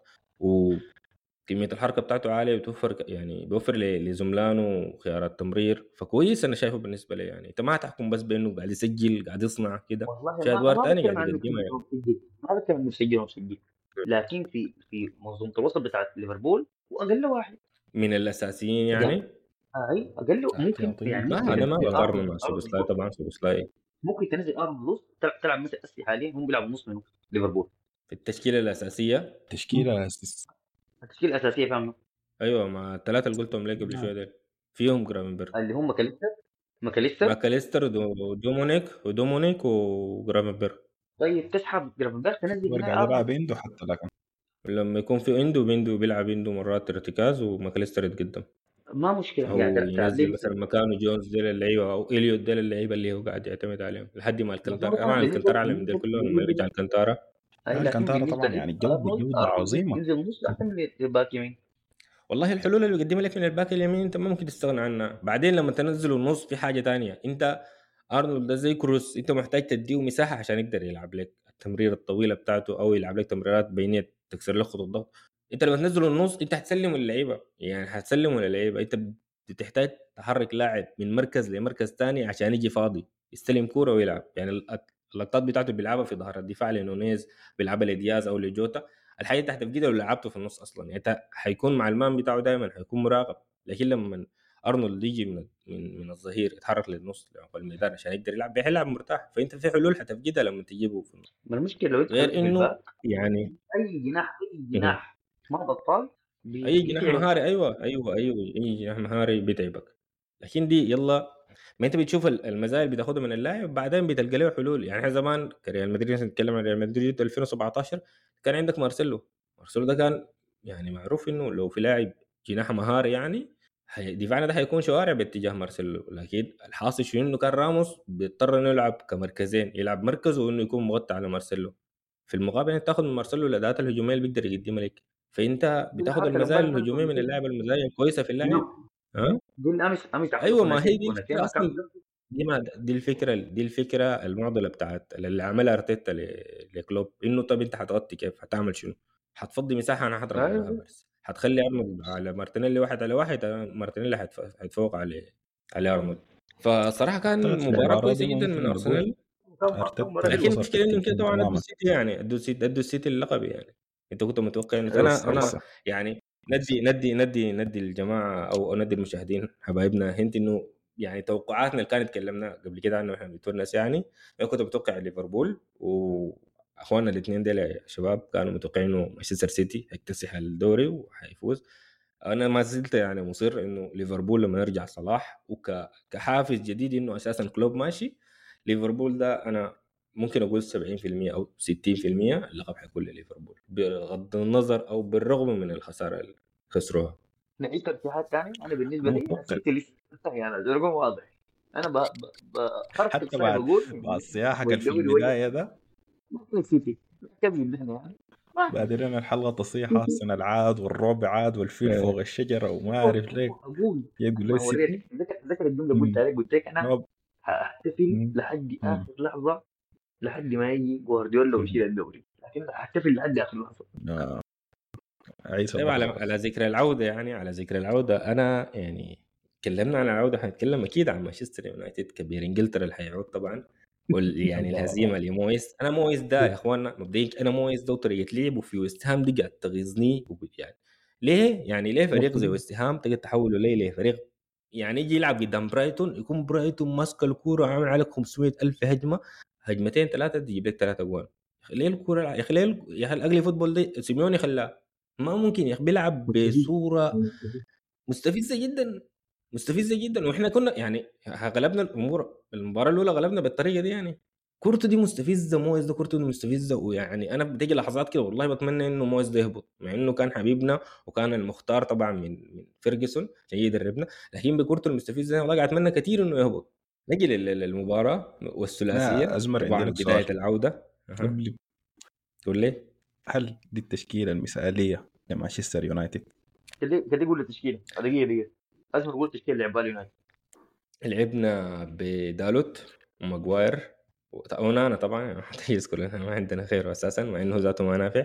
S2: وكميه الحركه بتاعته عاليه، بتوفر يعني بيوفر لزملانه خيارات تمرير. فكويس انا شايفه بالنسبه لي. يعني انت ما تحكم بس بانه قاعد يسجل قاعد يصنع كده،
S3: والله
S2: في
S3: ما
S2: ادوار
S3: ما
S2: تانية
S3: بتكلم
S2: قاعد
S3: عن
S2: يقدمها
S3: مسجل
S2: يعني.
S3: ومسجل، ما بتكلم عن مسجل ومسجل، لكن في منظومه الوسط بتاعت ليفربول واقل واحد
S2: من الاساسيين
S3: يعني.
S2: يعني.
S3: اي اقل ممكن،
S1: احتياطيين.
S3: يعني
S2: ما
S3: ممكن
S2: انا ما
S3: تنزل
S2: بقارنه
S3: ارنولد
S2: مع
S3: ارنولد
S2: سوبوسلاي طبعا. سوبوسلاي
S3: ممكن تنزل ارنولد نص تلعب مثل اسي حاليا هم بيلعبوا نص منه ليفربول.
S2: في التشكيله الاساسيه.
S1: تشكيله
S3: التشكيله الاساسيه فاهم،
S2: ايوه، مع الثلاثه اللي قلتهم لك قبل شويه دول فيهم جرافنبرغ،
S3: اللي هم ماكاليستر.
S2: ماكاليستر ودومونيك وجرافنبرغ.
S3: طيب تسحب جرافنبرغ تنزل
S1: اكبر
S3: هنا
S1: قاعد يلعب
S3: ارنولد.
S1: عنده حتى لكن
S2: لما يكون في بيندو بيلعب عنده مرات ارتكاز وماكاليستر يتقدم،
S3: ما مشكله يعني
S2: او
S3: تلعب ليه
S2: ينزل
S3: مثلا.
S2: مثلا مكانه جونز ديل اللعيبه او اليوت ديل اللعيبه اللي هو قاعد يعتمد عليهم لحد ما
S3: والله
S2: الكنتارا.
S3: انا
S2: طبعا الكنتارا اعلى من ديل كلهم لما يرجع الكنتارا.
S3: اي لكن
S1: الكانتارا
S3: بالنسبه
S1: طبعا
S3: لي
S1: يعني جودة
S3: ارنولد
S1: عظيمه.
S3: ينزل نص احسن من الباك يمين.
S2: والله الحلول اللي بيقدمها لك من الباك اليمين انت ما ممكن تستغنى عنها. بعدين لما تنزله النص في حاجه تانية، انت ارنولد ده زي كروس، انت محتاج تديه مساحه عشان يقدر يلعب لك التمريره الطويله بتاعته او يلعب لك تمريرات بينيه تكسر لك خط الضغط. انت لما تنزله النص انت هتسلمه للعيبه، يعني هتسلمه للعيبه. انت بتحتاج تحرك لاعب من مركز لمركز تاني عشان يجي فاضي يستلم كوره ويلعب. يعني اللقطات بتاعته بيلعبها في ظهر الدفاع لنونيز، بيلعبها لدياز او لجوتا. الحقيقه انت هتفقدها لو لعبته في النص اصلا. يعني انت هيكون مع المان بتاعه دايما هيكون مراقب. لكن لما ارنولد يجي من الظهير يتحرك للنص لعمق الميدان عشان يقدر يلعب بيلعب مرتاح، فانت في حلول هتفقدها لما تجيبه في النص.
S3: ما المشكله لو انت
S2: غير
S3: خليته في
S2: انه
S3: الباك،
S2: يعني
S3: اي
S2: مهم.
S3: جناح ما بطال
S2: اي جناح
S3: بيتعبك.
S2: مهاري، ايوه اي جناح مهاري بيتعبك. لكن دي يلا، ما انت بتشوف المزايا اللي بتاخدها من اللاعب بعدين بتلقى له حلول. يعني احنا زمان كريال مدريد، نتكلم عن ريال مدريد 2017، كان عندك مارسيلو ده كان يعني معروف انه لو في لاعب جناح مهاري يعني دفاعنا ده هيكون شوارع باتجاه مارسيلو. لكن الحاصل شنو انه كان راموس بيضطر انه يلعب كمركزين، يلعب مركز وانه يكون مغطى على مارسيلو. في المقابل انت تاخذ من مارسيلو الاداءات الهجوميه اللي بيقدر يقدمها لك. فانت بتاخذ
S3: حتى لو
S2: المزايا
S3: باك كان
S2: الهجوميه من
S3: كوناتي.
S2: اللاعب، المزايا الكويسه في اللاعب.
S3: شنو
S2: ها
S3: دي اللي امس عملوا
S2: ايوه، ما هي
S3: كوناتي،
S2: دي
S3: كوناتي
S2: الفكره
S3: ما كان
S2: اصلا.
S3: بيلعب.
S2: دي الفكره المعضله بتاعت اللي عملها ارتيتا لكلوب. انه طب انت هتغطي كيف؟ هتعمل شنو؟ هتفضي مساحه انا هضرب وراها
S3: ايوه
S2: بس. هتخلي ارنولد على مارتينيلي واحد على واحد، مارتينيلي هيتفوق على ارنولد. فصراحه
S1: حتى
S2: كان
S1: في
S2: مباراه
S1: المباراة دي
S2: كويسه جدا من
S1: ممكن نقول
S2: ارسنال.
S3: كان مره
S1: ارتيتا
S2: لكن
S3: حلوه.
S1: اختصر
S2: المشكله انهم كده
S1: تكتيكيا
S2: طبعا ادوا
S1: تماما.
S2: السيتي، يعني ادوا السيتي اللقب. يعني انت كنت متوقع انه
S1: لسه
S2: انا
S1: لسه
S2: يعني ندي الجماعه او ندي المشاهدين حبايبنا هنت انه يعني توقعاتنا اللي كانت اتكلمنا قبل كده عنه احنا بتونس. يعني انا كنت متوقع ليفربول، واخواننا الاثنين دول يا شباب كانوا متوقعين انه مانشستر سيتي هيكتسح الدوري وهيفوز. انا ما زلت يعني مصر انه ليفربول لما يرجع صلاح كحافز جديد انه اساسا كلوب ماشي، ليفربول ده انا ممكن اقول 70% او 60% اللقب حيكون لليفربول بغض النظر او بالرغم من الخساره اللي خسروها.
S3: نعيد ترشيحات ثاني. انا بالنسبه
S1: انا
S3: لي
S1: متوقع
S3: السيتي لسه يعني الرقم واضح. انا حرف
S1: حتى
S3: الصاير
S1: بعد
S3: بقول يعني
S1: صياحك في
S3: والدوري ولا
S1: البداية ده،
S3: السيتي كم نحن يعني ما
S1: بعدين الحلقة تصيحة السنة العاد والرعب عاد والفيل
S2: آه،
S1: فوق الشجرة وما أعرف ليه
S3: اقول
S1: يقول لي
S3: ما
S1: السيتي.
S3: وريتك. ذكر الجمله قلت عليك، قلت لك انا
S1: نوب.
S3: هحتفل
S1: مم.
S3: لحد
S1: مم.
S3: اخر لحظه، لحد ما يجي جوارديولا
S1: مم.
S3: ويشيل الدوري، لكن هحتفل لحد اخر لحظه.
S1: آه. عيسى
S2: طيب على
S1: برضه.
S2: على ذكر العوده، يعني على ذكر العوده انا يعني تكلمنا عن العوده، حنتكلم اكيد عن مانشستر يونايتد كبير انجلترا اللي حيعود طبعا. يعني الهزيمه
S1: الله.
S2: لمويس، انا مويس ده يا اخواننا مبدئيا انا مويس ده وطريقه لعبه في ويست هام دي قاعد تغيظني يعني ليه؟ يعني ليه فريق زي ويست هام تقدر تحوله ليه فريق يعني يجي يلعب قدام برايتون، يكون برايتون ماسك الكوره وعامل عليك 500 الف هجمه، هجمتين ثلاثه تجيب لك ثلاثه جوان. ليه الكوره يا اخي؟ ليه يا اخي الاقلي فوتبول دي سيميوني خلاه ما ممكن يا اخي بيلعب
S3: مستفيد
S2: بصوره
S3: مستفيد.
S2: مستفزه جدا، مستفزه جدا. واحنا كنا يعني غلبنا المباراه الاولى غلبنا بالطريقه دي يعني. كورته دي مستفزه، مويس ده كورته دي مستفزه. ويعني انا بتيجي لحظات كده والله بتمنى انه مويس ده يهبط، مع انه كان حبيبنا وكان المختار طبعا من فيرجسون عشان يدربنا، لكن بكورته المستفزه والله قاعد اتمنى كثير انه يهبط. نجي للمباراه
S1: يا
S2: والثلاثيه،
S1: أزمر عندي
S2: طبعا
S1: لك سؤال
S2: بدايه العوده. أها.
S1: قبل.
S2: تقول لي
S1: هل دي التشكيلة المثالية لمانشستر يونايتد؟
S3: كده يقول التشكيله دقيقه اسمع قول التشكيله اللي عبالي يونايتد.
S2: لعبنا بدالوت وماجواير ونانا طبعا حتيجي كلنا ما عندنا خير اساسا مع انه ذاته ما نافع،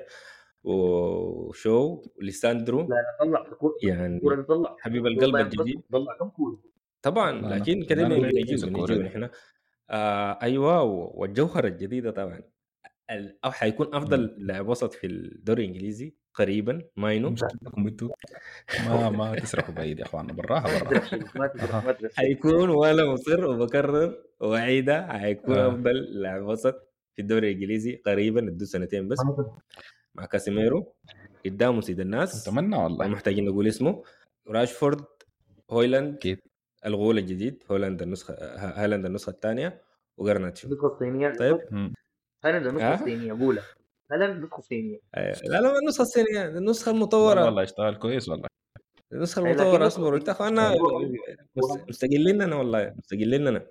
S2: وشو وليساندرو
S3: لا طلع الكوره
S2: يعني
S3: دي طلع
S2: حبيب
S3: دول
S2: القلب
S3: لاين بس
S2: الجديد
S3: طلع كم كوره.
S2: طبعا.
S1: لا أنا
S2: لكن كده
S1: لا أنا
S2: بنجيب
S1: كويس الكورة دي.
S2: نحن ايوه. والجوهره الجديده طبعا او حيكون افضل لاعب وسط في الدوري الانجليزي قريبا ماينو.
S1: مشكلتكم انتوا ما تسرحوا بعيد يا اخوانا، بالراحة
S3: ما
S1: بالراحة.
S3: تسرح شيء ما تسرح
S1: اها
S3: ما تسرح شيء.
S2: حيكون وانا مصر وبكرر واعيدها، حيكون
S1: آه.
S2: افضل لاعب وسط في الدوري الانجليزي قريبا، ادوا سنتين بس، مع كاسيميرو قدامه سيد الناس
S1: اتمنى
S2: ما
S1: والله.
S2: محتاجين نقول اسمه، راشفورد، هويلاند
S1: اكيد.
S2: الغول الجديد، هولاند النسخه، هالاند النسخه الثانيه، وغرناتشو.
S3: النسخه الصينيه
S2: طيب
S3: هل النسخه
S2: اه
S3: الصينيه اقولها. هل النسخه الصينيه
S2: لا لا، النسخه الصينيه، النسخه
S1: لا لا والله
S2: المطوره،
S1: اشتغل كويس والله.
S2: النسخه
S3: أي لكن
S2: المطوره.
S3: النسخه
S2: اصبروا انت
S3: الصينيه
S2: اخوانا،
S3: هو
S2: مستقلين انا والله، مستقلين انا.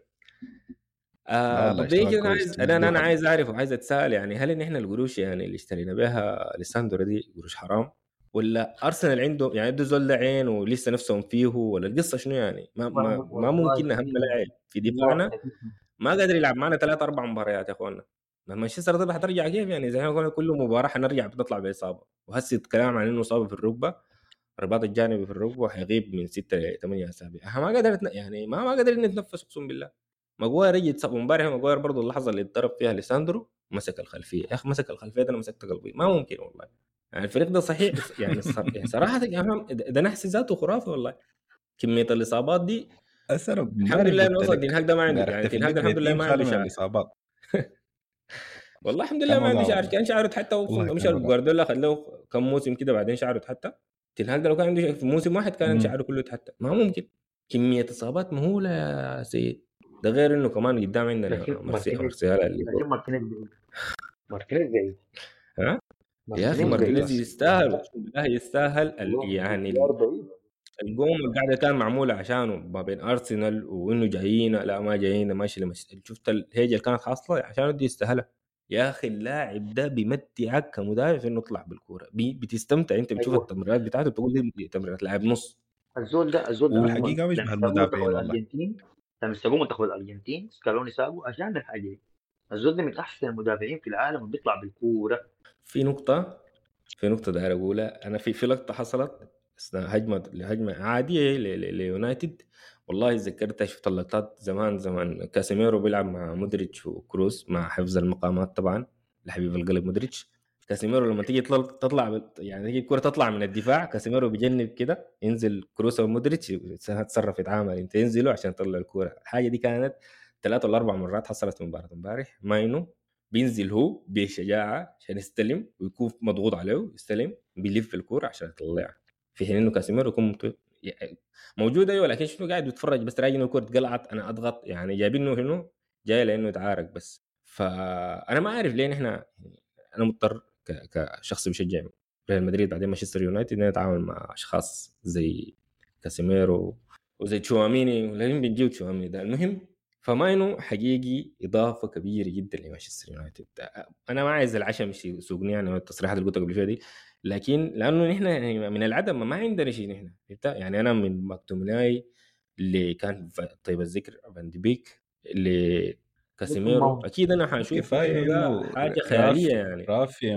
S1: لا والله
S2: مبدئيا
S1: اشتغل
S2: كده انا
S1: كويس
S2: عايز،
S1: الناس دي
S2: انا
S1: وحق.
S2: عايز اعرف وعايز اتساءل، يعني هل ان احنا القروش يعني اللي اشترينا بها ليساندرو دي قروش حرام، ولا ارسنال عنده يعني عنده زول ده عين ولسه نفسهم فيه، ولا القصه شنو يعني؟ ما
S3: والله
S2: ممكن اهم
S3: حقيقة
S2: لاعب في
S3: والله
S2: دفاعنا ما قادر يلعب معنا 3 4 مباريات يا اخوانا. ما مانشستر ده حترجع كيف يعني؟ زي ما قلنا كل مباراه حنرجع بنطلع باصابه، وهسه الكلام عن انه اصابه في الركبه، الرباط الجانبي في الركبه، وحيغيب من 6 ل 8 اسابيع. ما قادر يعني ما قادرين نتنفس اقسم بالله. ماجواير يجي يتصاب امبارح، ماجواير برضه اللحظه اللي اتضرب فيها ليساندرو مسك الخلفيه، يا اخي مسك الخلفيه ده انا مسكت قلبي، ما ممكن والله. يعني الفريق ده صحيح يعني يعني صراحه يا فهم ده نحس ذاته خرافي والله، كميه الاصابات دي.
S1: هسه انا
S2: الحمد
S1: امبارح
S2: لله انه
S1: قلت
S2: اصلا تنهاج
S1: لك
S2: ده ما عنده،
S1: داير
S2: يعني
S1: احتفل
S2: تنهاج
S1: لك
S2: ده الحمد لله
S1: بتيم
S2: ما عنده
S1: خالي من
S2: شعر.
S1: الاصابات.
S2: والله الحمد لله
S1: كان
S2: ما عنده
S1: وضع
S2: شعر،
S1: والله.
S2: كان شعره حتى
S1: والله
S2: مشى
S1: كان وضع.
S2: جوارديولا خد له كم موسم كده بعدين شعره حتى. تنهاج ده لو كان عنده في موسم واحد كان
S1: مم.
S2: شعره كله حتى، ما ممكن. كميه اصابات مهوله يا سيد. ده غير انه كمان قدام عندنا
S3: لكن
S2: مارسيال اللي هو
S3: مارتينيز بعيد
S2: ها. يا اخي
S3: مارتينيز بعيد
S2: مارتينيز
S1: ممتاز.
S2: يستاهل اقسم بالله، يستاهل يعني
S3: والله بعيد.
S2: القوم القاعده كان معموله عشانه ما بين ارسنال، وانه جايين لا ما جايين ماشي شفت الهيجه اللي كانت حاصله عشان دي يستاهلها. يا اخي اللاعب ده بيمتعك كمدافع في انه يطلع بالكوره، بتستمتع انت بتشوف
S3: ايوه
S2: التمريرات بتاعته بتقول دي تمريرات لاعب نص.
S3: الزول ده
S1: هو
S3: اصلا
S1: الحقيقة
S3: لما
S1: بيشبه
S3: سابوا منتخب
S1: المدافعين والله.
S3: الارجنتين لما سابوا منتخب الارجنتين سكالوني سابوا عشان الحاجه دي. الزول ده من احسن المدافعين في العالم اللي بيطلع بالكوره.
S2: في نقطه في نقطه داير اقولها انا، في لقطه حصلت أثناء هجمه عاديه ليونايتد. والله ذكرتها، شفت اللقطات زمان كاسيميرو بيلعب مع مودريتش وكروس، مع حفظ المقامات طبعا لحبيب القلب مودريتش. كاسيميرو لما تيجي تطلع يعني تيجي الكره تطلع من الدفاع، كاسيميرو بيجنب كده ينزل كروس ومودريتش تصرف يتعامل انت ينزلوا عشان يطلع الكوره. الحاجه دي كانت 3 ولا 4 مرات حصلت في مباراه امبارح. ماينو بينزل هو بشجاعه عشان يستلم ويكون مضغوط عليه، يستلم بيلف الكوره عشان يطلعها، في حين انه كاسيميرو يكون موجود ايوه، لكن شنو قاعد يتفرج بس، راجع انه الكوره اتقلعت انا اضغط، يعني جايبينه شنو جاي لانه يتعارك بس. فانا ما عارف ليه احنا، انا مضطر كشخص بيشجع ريال مدريد بعدين مانشستر يونايتد اني اتعامل مع اشخاص زي كاسيميرو وزي تشواميني، ولكن بنجيب تشواميني ده المهم. فماينو حقيقي اضافه كبيره جدا لمانشستر يونايتد. انا ما عايز العشم يسوقني يعني التصريحات اللي قلتها قبل شويه دي، لكن لانه نحن يعني من العدم ما عندنا شيء نحن، يعني انا من ماكتوميناي اللي كان طيب الذكر فان دي بيك اللي كاسيميرو، اكيد انا حاشوف انه
S1: كفاية
S2: ده
S1: انه
S2: حاجه خياليه يعني.
S1: رافي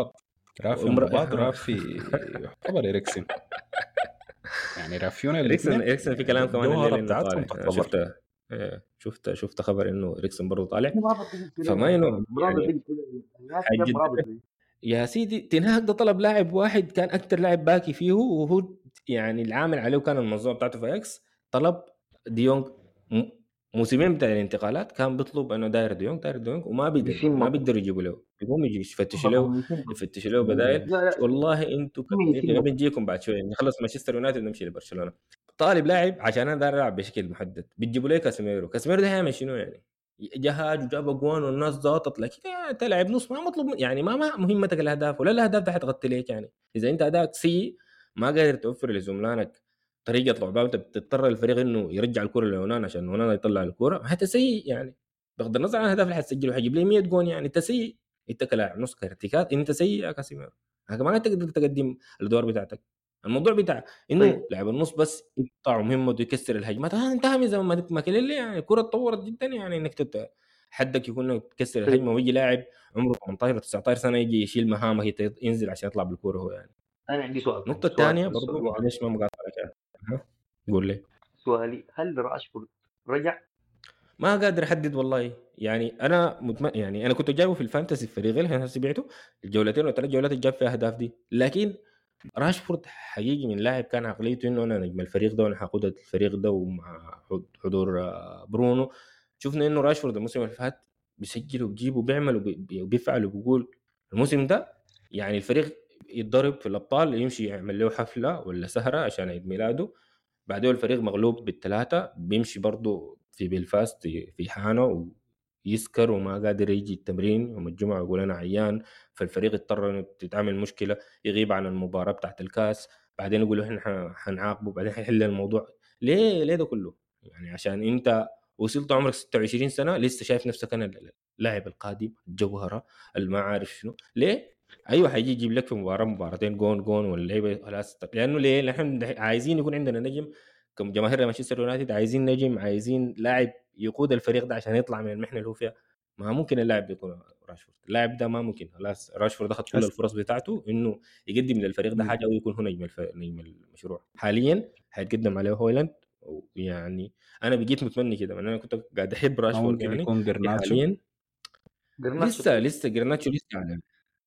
S1: امرباط ورافي يعتبر اريكسن. يعني رافيون الاثنين
S2: اريكسن في كلام كمان
S1: الجوهرة
S2: الليل انه
S1: بتاعتهم
S2: طالع، انا
S1: تعتبر.
S2: شفت خبر انه اريكسن برضه طالع.
S3: مرابط بيجي
S2: فما
S3: كده
S2: انه
S3: مرابط
S2: يعني
S3: بيجي كده الناس جاب
S2: حيجد
S3: مرابط بيجي.
S2: يا سيدي تنهاك ده طلب لاعب واحد كان اكتر لاعب باكي فيه، وهو يعني العامل عليه كان المنظومه بتاعته في اكس، طلب ديونج. موسمين بتاع الانتقالات كان بيطلب انه داير ديونج وما بيقدر، ما
S3: بيسمى
S2: بيقدروا يجيبوا له، يقوم يجي
S3: بيسمى
S2: يفتشوا له بدايل.
S3: لا لا
S2: والله انتم
S3: بيسمى
S2: بنجيكم بعد شويه نخلص مانشستر يونايتد نمشي لبرشلونه. طالب لاعب عشان انا داير العب بشكل محدد، بتجيبوا لي كاسيميرو ده هيعمل شنو يعني؟ جهاج وجاب اجوان والناس ضاغطت، لكن انت لاعب نص ما مطلوب يعني ما مهمتك الاهداف ولا الاهداف ده حتغطي ليك. يعني اذا انت اداك سيء ما قادر توفر لزملائك طريقه لعبها، انت بتضطر الفريق انه يرجع الكره لهونان عشان هونان يطلع الكره، ما انت سيء يعني. بغض النظر عن الاهداف اللي حتسجله حيجيب لي 100 جون، يعني انت سيء. انت كلاعب نص كارتيكات انت سيء يا كاسيميرو، ما تقدر تقدم الادوار بتاعتك. الموضوع بتاع
S3: طيب
S2: انه لاعب النص بس يقطع مهمته ويكسر الهجمات انتهى من زمان ما كليلي. يعني الكره تطورت جدا، يعني انك حدك يكون انك تكسر
S3: طيب
S2: الهجمه ويجي لاعب عمره 18 و 19 سنه يجي يشيل مهامك ينزل عشان يطلع بالكوره هو يعني.
S3: انا عندي سؤال
S2: النقطه
S3: ثاني، سؤال
S2: الثانيه
S3: بس
S2: برضو
S3: سؤال واحد.
S2: معلش ما مقاطع لك يعني. أها. قول لي.
S3: سؤالي، هل راشفورد رجع؟
S2: ما قادر احدد والله. يعني انا يعني انا كنت جايبه في الفانتسي الفريق اللي انا سمعته الجولتين والثلاث جولات اللي جاب فيها اهداف دي، لكن راشفورد حقيقي من لاعب كان عقليته انه انا نجم الفريق ده وانا حقود الفريق ده، ومع حضور برونو شفنا انه راشفورد الموسم اللي فات بيسجل وبيجيب وبيعمل وبيفعل وبيقول. الموسم ده يعني الفريق يتضرب في الابطال يمشي يعمل له حفله ولا سهره عشان عيد ميلاده، بعدين الفريق مغلوب بالثلاثه بيمشي برضه في بلفاست في حانه ويسكر وما قادر يجي التمرين يوم الجمعه يقول انا عيان، فالفريق اضطر انه تتعمل مشكله يغيب عن المباراه بتاعت الكاس، بعدين يقولوا احنا حنعاقبه بعدين حيحل الموضوع. ليه ده كله؟ يعني عشان انت وصلت عمرك 26 سنه لسه شايف نفسك انا اللاعب القادم الجوهره ما عارف شنو ليه. ايوه حيجي يجيب لك في مباراه مباراتين جون واللعيبه خلاص، لانه ليه نحن عايزين يكون عندنا نجم كجماهير مانشستر يونايتد، عايزين نجم عايزين لاعب يقود الفريق ده عشان يطلع من المحنه اللي هو فيها. ما ممكن اللاعب يكون راشفورد، اللاعب ده ما ممكن. خلاص راشفورد اخذ كل
S1: هس
S2: الفرص بتاعته انه يقدم للفريق ده
S1: مم.
S2: حاجه ويكون هو نجم المشروع. حاليا هيتقدم عليه هويلاند، يعني انا بقيت متمني كده، انا كنت قاعد احب
S1: ما
S2: راشفورد
S1: ممكن
S2: يعني.
S1: يكون جرناتشو.
S2: حاليا
S3: جرناتشو
S2: لسه
S3: طيب.
S2: لسه جرناتشو لسه عليه،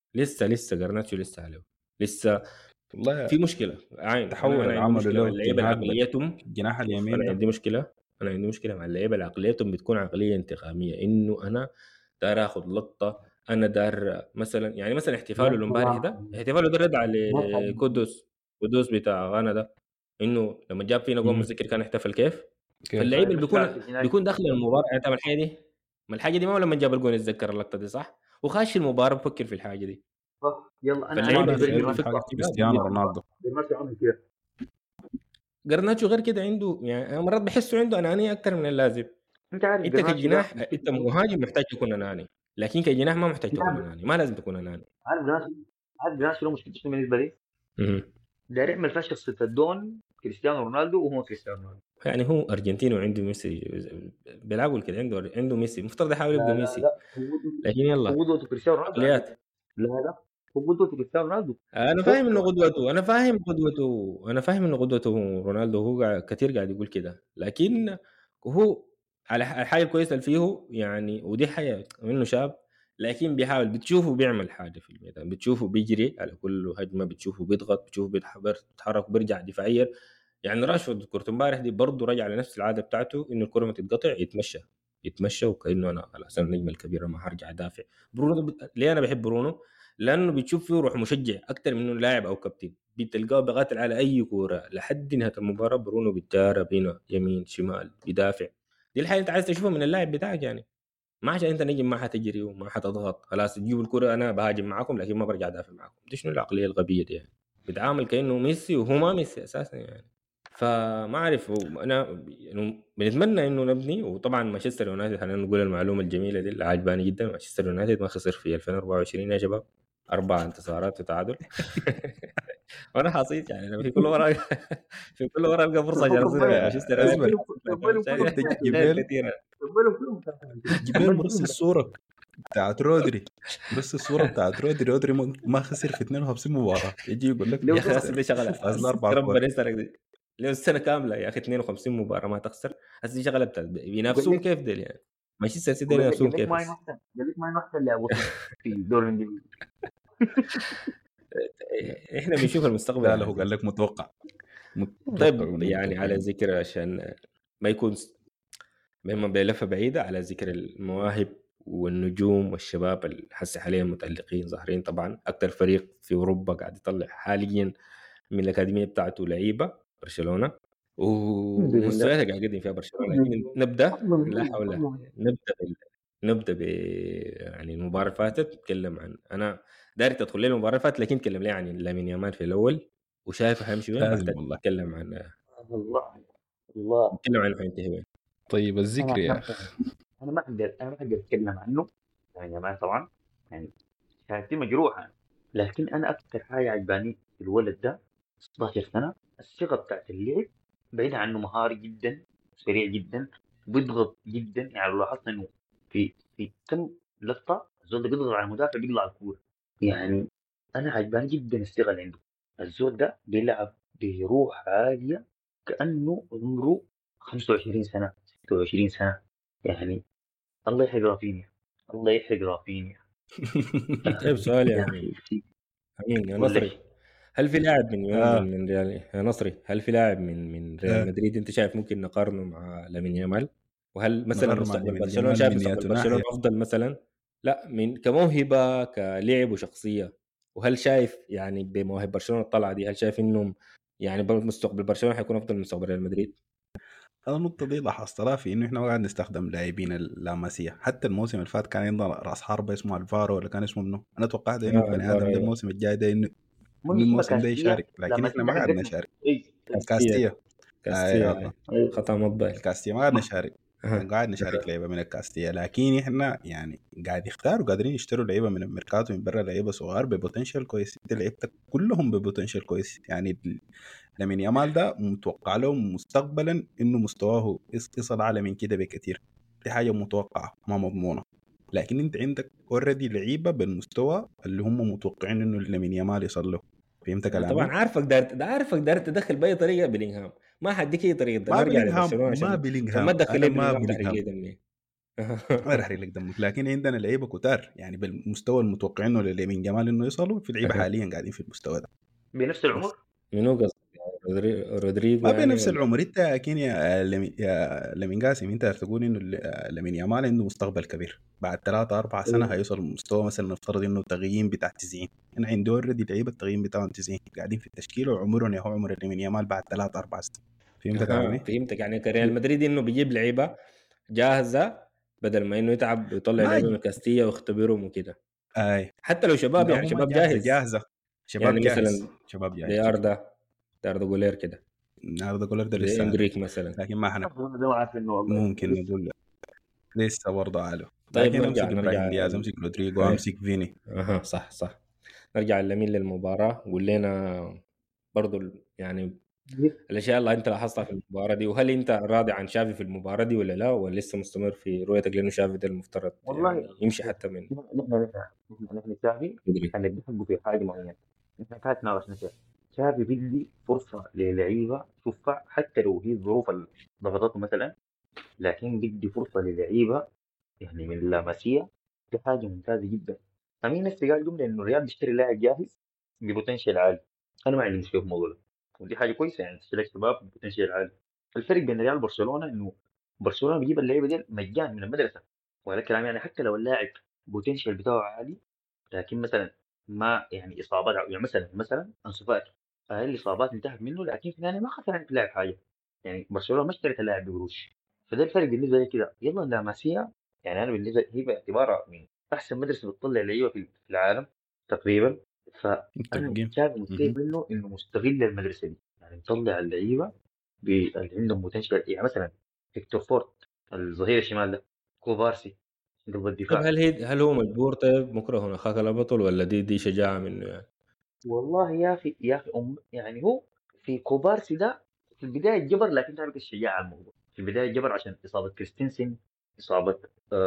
S2: لسه جرناتشو لسه عليه لسه.
S1: والله
S2: في مشكله عين،
S1: التحول
S2: انا
S1: اللي
S2: عندي
S1: عمله
S2: مشكله مع
S1: له
S2: اللعيبه اللي
S1: تنهاج
S2: عقليتهم.
S1: الجناح
S2: شوف
S1: اليمين
S2: انا
S1: ده.
S2: عندي مشكله، مع اللعيبه اللي عقليتهم بتكون عقليه انتقاميه، انه انا دار اخذ لقطه، انا دار مثلا يعني مثلا احتفاله
S3: يا
S2: الامبارح ده،
S3: سلام،
S2: احتفاله ده رد على
S3: يا سلام.
S2: قدوس بتاع غانا ده، انه لما جاب فينا جول
S1: مم.
S2: متذكر كان احتفل كيف.
S1: كيف؟
S2: فاللعيب اللي
S3: مش لاعب
S2: بيكون
S3: في الجناح.
S2: داخل المباراه يعني تعمل الحاجه دي، ما الحاجه دي ما لما جاب الجول يتذكر اللقطه دي صح، وخاش المباراه بفكر في الحاجه دي.
S3: صح، يلا انا
S1: ما
S2: فاللعيب اللي
S3: بالنسبه لي
S1: ناسي
S2: بيكون
S1: عنده
S3: جرناتشو
S1: الحاجة
S3: احسن.
S2: كده
S1: كريستيانو رونالدو.
S3: جرناتشو عمل كده.
S2: جرناتشو غير كده عنده، يعني أنا مرات بحسه عنده انانيه اكثر من اللازم.
S3: انت عارف
S2: انت
S3: جرناتشو ده
S2: كجناح انت
S3: مشكلته.
S2: مهاجم محتاج تكون اناني، لكن كجناح ما محتاج
S3: انت
S2: تكون
S3: عارف
S2: اناني، ما لازم تكون اناني.
S3: جرناتشو، عارف جرناتشو ده مشكلته شنو بالنسبه لي؟
S2: مهم.
S3: داير يعمل فيها شخصيه الدون كريستيانو رونالدو وهو كريستيانو رونالدو.
S2: يعني هو ارجنتيني وعنده ميسي، بالعقل كده عنده ميسي، مفترض يحاول
S3: لا
S2: يبقى
S3: لا
S2: ميسي،
S3: لا،
S2: لكن يلا
S3: هو قدوته كريستيانو رونالدو على فكره.
S2: عقليات.
S3: لا لا، هو قدوته كريستيانو رونالدو
S2: انا فاهم
S3: وفوق
S2: انه
S3: كمان.
S2: قدوته، انا فاهم انه قدوته رونالدو، هو كثير قاعد يقول كده، لكن هو على الحاجه الكويسه اللي فيه يعني، ودي حاجه انه شاب لكن بيحاول، بتشوفه بيعمل حاجه في الميدان، بتشوفه بيجري على كل هجمه، بتشوفه بيضغط، بتشوفه بيتحرك وبيرجع دفاعيا. يعني راشفورد كرة امبارح دي برضه رجع لنفس العاده بتاعته، انه الكره ما تتقطع يتمشى وكانه انا خلاص انا النجم الكبير ما هرجع ادافع. برونو ليه انا بحب برونو؟ لانه بتشوف فيه روح مشجع اكثر من انه لاعب او كابتن، بتلقاه بيقاتل على اي كوره لحد نهايه المباراه. برونو بيتجارب هنا يمين شمال بيدافع. دي الحاجه انت عايز تشوفها من اللاعب بتاعك يعني. ما عشان انت نجم ما حتجري وما حتضغط خلاص تجيب الكره انا بهاجم معاكم لكن ما برجع ادافع معاكم. دي شنو العقليه الغبيه دي يعني؟ بيتعامل كانه ميسي وهو ما ميسي اساسا يعني. فما اعرف انا يعني بنتمنى انه نبني. وطبعا مانشستر يونايتد خلينا نقول المعلومه الجميله دي اللي عجباني جدا، مانشستر يونايتد ما خسر في 2024 يا شباب، 4 انتصارات وتعادل. وانا حصيت يعني انا في كل مره في كل مره القى فرصه عشان اصير مانشستر يونايتد.
S1: اسمع،
S3: تقبلوا كلهم
S1: انت
S3: متاخرين.
S1: جبال
S2: كثيره.
S3: تقبلوا كلهم متاخرين.
S1: جبال
S3: تقبلوا
S1: مرسل
S3: كلهم متاخرين.
S1: الصورة بتاعت رودري. بس الصورة بتاعت رودري ما خسر في 52 مباراة، يجي يقول لك
S2: يا
S3: لو
S2: اخي
S3: طبعا
S2: هسه دي
S1: مانشستر
S2: شغله
S1: فاز له 4 كور.
S2: ربنا يسترك دي له السنه كامله يا اخي 52 مباراه ما تخسر. هسه دي شغله بتاعت
S3: وقال
S2: بينافسوهم
S3: لك
S2: كيف ديل يعني؟ مانشستر سيتي
S3: وقال لك
S2: ينافسوهم
S3: قال لك
S2: كيف
S3: ماين
S2: هسه؟
S3: واحده، قال لك ماين واحده اللي وصل في الدوري الانجليزي.
S2: احنا بنشوف المستقبل
S1: لا
S2: يا
S1: لا، هو قال
S2: عزيز.
S1: لك متوقع
S2: طيب
S1: انه
S2: يعني على
S1: بتوقع.
S2: ذكر عشان ما يكون مما بلفه بعيده، على ذكر المواهب والنجوم والشباب اللي هسه حاليا متألقين ظاهرين، طبعا اكثر فريق في اوروبا قاعد يطلع حاليا من الاكاديميه بتاعته لعيبه برشلونه.
S3: الحمد لله.
S2: ومستوياتها قاعد يقدم فيها برشلونه. لكن نبدا
S3: فضلا
S2: لا
S3: منه،
S2: حول.
S3: فضلا منه.
S2: نبدا نبدا يعني المباراه اللي فاتت. نتكلم عن انا داير تدخل لي المباراه اللي فاتت، لكن تكلم لي عن لامين يامال في الاول وشايفه حيمشي وين، بعد
S1: لازم
S2: كده
S1: والله.
S2: نتكلم عن
S3: والله والله
S2: نتكلم عن حينتهي وين.
S1: طيب الذكر
S3: انا
S1: يا
S3: انا
S1: اخي.
S3: انا ما اقدر اتكلم عنه يعني يا طبعا، يعني شهادتي مجروحه. لكن انا اكثر حاجه عجباني في الولد ده 16 سنه، الثقه بتاعت اللعب، بعيد عنه مهاري جدا، سريع جدا، بيضغط جدا. يعني لو لاحظت انه في كم لقطه الزول ده بيضغط على المدافع بيطلع الكوره. يعني انا عجباني جدا الثقه اللي عنده. الزول ده بيلعب بروح عاليه، كانه عمره 25 سنه 26 سنه. يعني الله يحرق رافينيا، الله يحرق رافينيا. يا
S2: طيب
S3: اخي
S2: سؤال
S3: يا
S2: يا
S3: اخي
S2: امين يا
S3: قول لي.
S2: نصري، هل في لاعب
S1: اه
S2: من ريال يا نصري، هل في لاعب من ريال
S1: اه
S2: مدريد انت شايف ممكن نقارنه مع لامين يامال؟ وهل مثلا
S1: نقارن مع
S2: مستقبل
S1: لامين
S2: برشلونه،
S1: جمال
S2: شايف
S1: من
S2: مستقبل
S1: ياتو
S2: برشلونه
S1: ناحيه.
S2: افضل مثلا؟ لا من كموهبه كلعب وشخصيه. وهل شايف يعني بمواهب برشلونه الطلعه دي، هل شايف انهم يعني مستقبل برشلونه حيكون افضل من مستقبل ريال مدريد؟
S1: انا النقطه دي لاحظتها في انه احنا ما قاعد نستخدم لاعبين اللاماسيه. حتى الموسم اللي فات كان عندنا راس حربه اسمه الفارو ولا كان اسمه منه. انا توقعت انه البني
S2: الفار
S1: ادم ده
S2: ايوه.
S1: الموسم الجاي ده انه
S3: منو اسمها
S1: الموسم ده
S3: كاستيا؟
S1: يشارك، لكن
S3: لما
S1: احنا
S3: سيدا
S1: ما قاعد
S3: حقتنا.
S1: نشارك.
S3: اي
S2: كاستيا.
S1: الكاستيا.
S2: كاستيا
S1: الله.
S3: اي.
S2: خطا مطبعي.
S1: الكاستيا ما قاعد نشارك.
S2: أها.
S1: قاعد نشارك لعيبه من الكاستيا، لكن احنا يعني قاعد يختاروا قادرين يشتروا لعيبه من الميركاتو من برا، لعيبه صغار ببوتنشال كويس. انت لعيبتك كلهم ببوتنشال كويس يعني. لامين يامال ده متوقع له مستقبلا انه مستواه يصل اعلى من كده بكثير. دي حاجه متوقعه ما مضمونه. لكن انت عندك اوريدي لعيبه بالمستوى اللي هم متوقعين انه لامين يامال يصل له. فهمت
S2: طبعا
S1: كلامي؟
S2: عارفك دارت تدخل باي طريقه بلينغهام. ما حديك اي طريقه، ده
S1: ما
S2: نرجع
S1: بلينغهام،
S2: لبرشلونه
S1: ما
S2: عشان ما
S1: بلينغهام،
S2: تدخل
S1: انا
S2: لي
S1: ما
S2: بلينغهام تحرق
S1: بلينغهام.
S2: لي دمي.
S1: ما راح لك دمك، لكن عندنا لعيبه كتار يعني بالمستوى المتوقعينه لامين جمال انه يصلوا. في لعيبه حاليا قاعدين في المستوى ده.
S3: بنفس
S1: بس
S3: العمر.
S2: منو قصدك؟ رودريجو
S1: ما
S2: يعني
S1: بنفس
S2: ولا؟
S1: العمر. انت اكين يا لمين قاسم، انت تقول انه لمين يامال عنده مستقبل كبير. بعد 3 4 سنه
S3: إيه.
S1: هيوصل مستوى مثلا نفترض انه تقييم بتاع 90. انا عندي اوريدي لعيبه التقييم بتاعهم 90 قاعدين في التشكيله وعمرهم يا هو عمر لمين يامال بعد 3 4 سنين. فهمت كلامي؟
S2: فهمتك. يعني ريال مدريد انه بيجيب لعيبه جاهزه بدل ما انه يتعب يطلع
S1: ما
S2: لعيبه من كاستيا ويختبرهم وكده.
S1: اي
S2: حتى لو شباب،
S1: لا
S2: يعني
S1: هو ما
S2: شباب
S1: جاهزه
S2: جاهز.
S1: جاهزه.
S2: يعني
S1: شباب جاهز،
S2: مثلا
S1: شباب
S2: زي
S1: جاهز.
S2: اردا جولير كده،
S1: النهارده كولر ده
S2: زي
S1: لسه عالو.
S2: اندريك مثلا.
S1: لكن ما احنا
S3: أنا ده ما عارف انه والله
S1: ممكن
S3: لسه.
S1: نقول لسه برضه عالو.
S2: طيب
S1: لكن
S2: نرجع
S1: امسك ابراهيم
S2: نرجع
S1: دياز، امسك رودريجو،
S2: هاي.
S1: امسك فيني.
S2: اها صح صح. نرجع لمين للمباراة، قول لنا برضو يعني الاشياء اللي انت لاحظتها في المباراة دي، وهل انت راضي عن شافي في المباراة دي ولا لا، ولا لسه مستمر في رؤيتك لانه شافي ده المفترض
S3: والله
S2: يعني يمشي حتى من
S3: نحن تشافي
S2: بدري؟
S3: كان بنحبه في حاجه معينه. نحن كانت ناقصنا تشافي. تشافي بيدي فرصه للعيبه تشوفها حتى لو هي الظروف اللي ضغطته مثلا، لكن بيدي فرصه للعيبه يعني من اللاماسيه. دي حاجه ممتازه جدا. امين نفسي قال جمله انه الريال بيشتري لاعب جاهز ببوتنشال عالي. انا ما عندي مشكله في الموضوع ده، ودي حاجه كويسه يعني تشتري شباب ببوتنشال عالي. الفرق بين الريال وبرشلونه انه برشلونه بيجيب اللعيبه دي مجان من المدرسه. وهذا الكلام يعني حتى لو اللاعب بوتنشال بتاعه عالي، لكن مثلا ما يعني اصابات، يعني مثلا انسو فاتي اقل اصابات انتهت منه، لكن في النهايه ما خسر عن اللاعب حاجه. يعني برشلونه ما اشترت اللاعب بقروش. فده الفرق بالنسبه لي كده. يلا اللاماسيا يعني انا بالنسبه لي هي باعتبارها من احسن مدرسه بتطلع لعيبه في العالم تقريبا. فانا
S1: متفقين.
S3: شايف مستفيد
S1: مهم.
S3: منه انه مستغل المدرسه دي، يعني مطلع اللعيبه اللي عندهم بوتنشال. يعني مثلا هيكتور فورت الظهير الشمال ده، كوبارسي قلب
S2: طيب
S3: الدفاع.
S2: هل هو مجبور؟ طيب مكره اخاك لا بطل، ولا دي شجاعة منه يعني؟
S3: والله يا اخي يعني هو في كوبارسي ده في البدايه جبر، لكن تعرف الشجاعه على الموضوع في البدايه جبر عشان اصابه كريستنسن، اصابه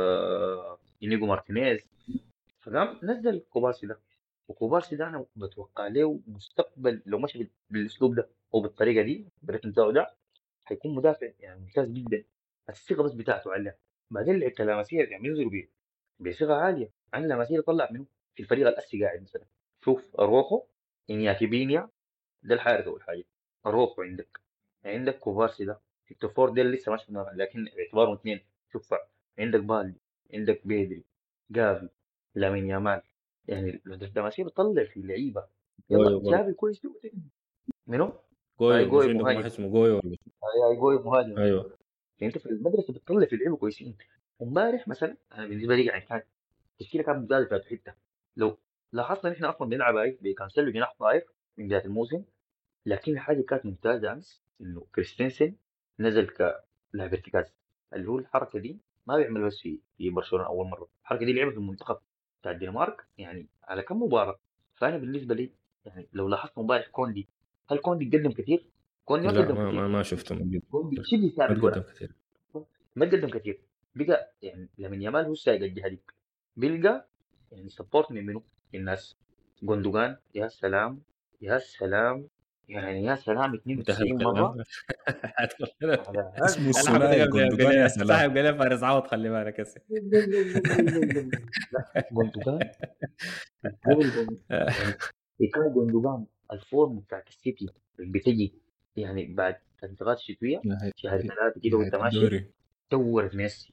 S3: انيجو مارتينيز، فقام نزل كوبارسي ده. وكوبارسي ده انا بتوقع له مستقبل لو مشى بالاسلوب ده او بالطريقه دي بالريتم بتاعه ده، هيكون مدافع يعني ممتاز جدا. الثقه بس بتاعته عليها. بعدين لعب لاماسيا يعني ينزلوا بيه بثقه عاليه عن لاماسيا. طلع منه في الفريق الاسي قاعد مثلا. شوف اروخو، انياكي بينيا، ده الحارس اول حاجه. اروخو عندك، عندك كوبارسي ده، فيكتور فور ده لسه ما شفناه لكن باعتبارهم اثنين. شوف عندك بالدي، عندك بيدري، جافي، لامين يامال. يعني لاماسيا بتطلع في لعيبه. يلا
S2: هو برضه
S3: جافي كويس جدا. منو؟ هاي
S2: جوي، مش
S3: جوي
S2: عندكم
S3: مهاجم،
S2: واحد اسمه جوي ولا شو؟
S3: هاي جوي مهاجم.
S2: ايوه.
S3: يعني انت في المدرسه بتطلع في اللعيبه كويسين. امبارح مثلا انا بالنسبه لي يعني كانت التشكيله كانت مختلفه في حته. لو لاحظنا ان احنا اصلا بنلعب هاي بكانسيلو جناح طاير من بدايه الموسم، لكن الحاجه كانت ممتازه امس انه كريستنسن نزل كلاعب ارتكاز. اللي هو الحركه دي ما بيعمل بس في برشلونه اول مره، الحركه دي لعبها في المنتخب بتاع الدنمارك يعني على كم مباراه. فانا بالنسبه لي يعني لو لاحظت امبارح كوندي، هل كوندي قدم كثير؟ كوندي ما
S2: لا
S3: قدم
S2: ما
S3: كثير.
S2: ما, ما شفته
S3: كوندي شبه
S2: ما
S3: ثابت
S2: تقدم
S3: ورا،
S2: كثير.
S3: ما تقدم كثير. بقى يعني لمن يامال هو سايق الجهه دي، بيلقى يعني سبورت من منه الناس. جوندوجان يا سلام، يا سلام، يعني يا سلام
S2: انتهى
S3: 92
S2: الكلام.
S3: مره على هذا
S1: اسمه
S2: انا حبيت
S1: الثنائي جندوجان يا سلام.
S2: صاحب قال فارس عوض، خلي بالك هسه.
S3: لا جوندوجان قبل يعني كان جوندوجان الفورم بتاعت السيتي اللي بتجي يعني بعد الانتقالات الشتويه
S1: نهاية
S3: شهر ثلاثه كده
S1: نهاية
S3: وانت ماشي
S1: الدوري.
S3: دورت ميسي.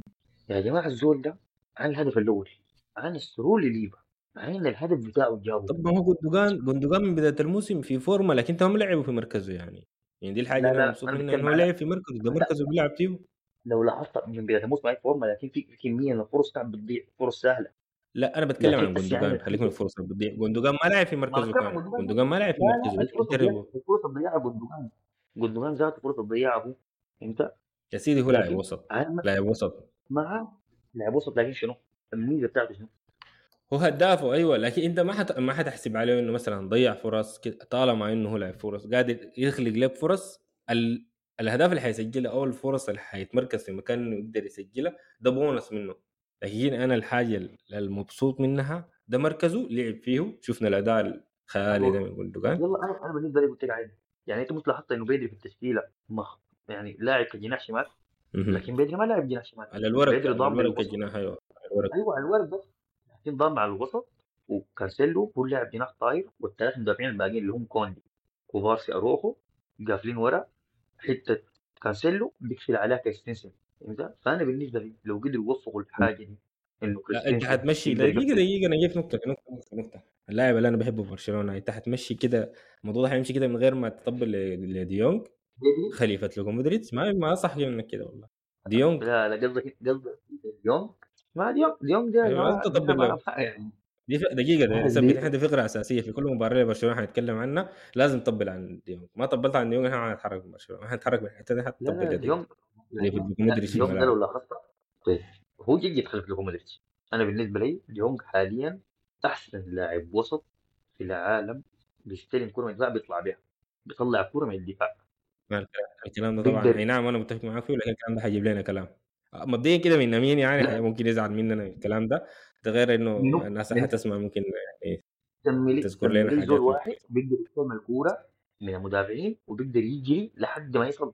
S3: يا جماعه الزول ده عن الهدف الاول، عن السرور اللي ليبا، عن الهدف بتاعه جابه.
S2: طب ما هو جندوجان من بدايه الموسم في فورمه، لكن انت ما لعبه في مركزه يعني دي الحاجه
S3: لا
S2: اللي انا
S3: لا
S2: مبسوط
S3: انا
S2: منها، انه
S3: بتكلم
S2: هو
S3: على
S2: لعب في مركزه، ده
S3: لا
S2: مركزه بيلعب فيه.
S3: لو لاحظت من بدايه الموسم ما في فورمه، لكن في كميه من الفرص كانت بتضيع، فرص سهله.
S2: لا انا بتكلم
S3: لكن
S2: عن
S3: اسي عين
S2: جندوجان، خليك من
S3: الحته
S2: الفرص اللي بتضيع. جندوجان ما لعب في
S3: ما
S2: مركزه،
S3: بتكلم عن
S2: كان
S3: جندوجان
S2: جندوجان ما لعب في
S3: لا لا
S2: مركزه، انت
S3: الفرصه الضياع،
S2: رهبه.
S3: الفرصه الضياع جندوجان، جندوجان ذاته فرصه الضياع ابوه انت.
S2: يا سيدي هو لاعب
S3: لكن
S2: وسط،
S3: انا
S2: لاعب وسط.
S3: معاه لاعب وسط، لكن شنو الميزه بتاعته شنو؟
S2: هو هدافه ايوه، لكن انت ما حتحسب عليه انه مثلا ضيع فرص كده، طالما انه هو لاعب فرص قادر يخلق لك فرص. الاهداف اللي حيسجلها او الفرص اللي حيتمركز في مكان انه يقدر يسجلها ده بونص منه. لكن انا الحاجه المبسوط منها ده مركزه لعب فيه، شفنا الاداء الخيالي ده
S3: ايوه
S2: من جندوجان.
S3: يلا انا بالنسبه لي قلت لك عادي. يعني انت مش لاحظت انه بيدري في التشكيله يعني لاعب كجناح شمال،
S2: مهم.
S3: لكن بيدري ما لاعب جناح شمال.
S2: على الورق،
S3: بيدري
S2: على
S3: ضام
S2: الورق
S3: بالوسط.
S2: الجناح، ايوه على الورق.
S3: ايوه على الورق بس، لكن ضام على الوسط. وكانسيلو هو اللاعب جناح طاير، والثلاث مدافعين الباقيين اللي هم كوندي كوبارسي اروخو قافلين ورا حته. كانسيلو بيقفل عليها كريستنسن. فهمت؟ فانا بالنسبه لي لو قدروا يوفقوا الحاجه دي انه
S2: لا انت
S3: كريستنسن
S2: هتمشي
S3: يقدر
S2: دقيقه
S3: يقفل.
S2: دقيقه، انا جاي في نقطه. اللاعب اللي انا بحبه في برشلونه، انت هتمشي كده الموضوع ده هيمشي كده من غير ما تطبل لديونج
S3: بدري
S2: خليفه لوكا مودريتش؟ ما صح منك كده والله. ديونج.
S3: لا لا قصدك ديونج. ما ديونج ده يا
S2: ايوه لازم
S3: جماعه ده
S2: تطبل له.
S3: يعني
S2: دقيقه ده ثبت،
S3: دي
S2: احنا دي فقره اساسيه في كل مباراه لبرشلونه هنتكلم عنها، لازم تطبل عن ديونج. ما طبلت عن ديونج احنا هنتحرك من برشلونه، هنتحرك من الحته دي،
S3: لا
S2: هتطبل
S3: لا
S2: لديونج.
S3: ديونج
S2: خليفه لوكا
S3: لا
S2: مودريتش في
S3: ديونج ده لو
S2: الملاعب.
S3: لاحظت طيب هو جد يدخل في مودريتش. انا بالنسبه لي ديونج حاليا احسن لاعب وسط في العالم. بيستلم كرة من الدفاع بيطلع بيها، بيطلع كرة من الدفاع،
S2: ما الكلام ده طبعا
S3: بيقدر.
S2: اي نعم انا متفق معاك فيه، لكن الكلام ده حيجيب لنا كلام مبدئيا كده من مين يعني
S3: لا
S2: ممكن يزعل مننا الكلام ده. ده غير انه
S3: منو
S2: الناس
S3: من
S2: حتسمع ممكن يعني تذكر
S3: سمي
S2: لنا
S3: لي زول
S2: حاجات ما
S3: واحد
S2: كويسه.
S3: بيقدر يستلم الكورة من المدافعين وبيقدر يجري لحد ما يصل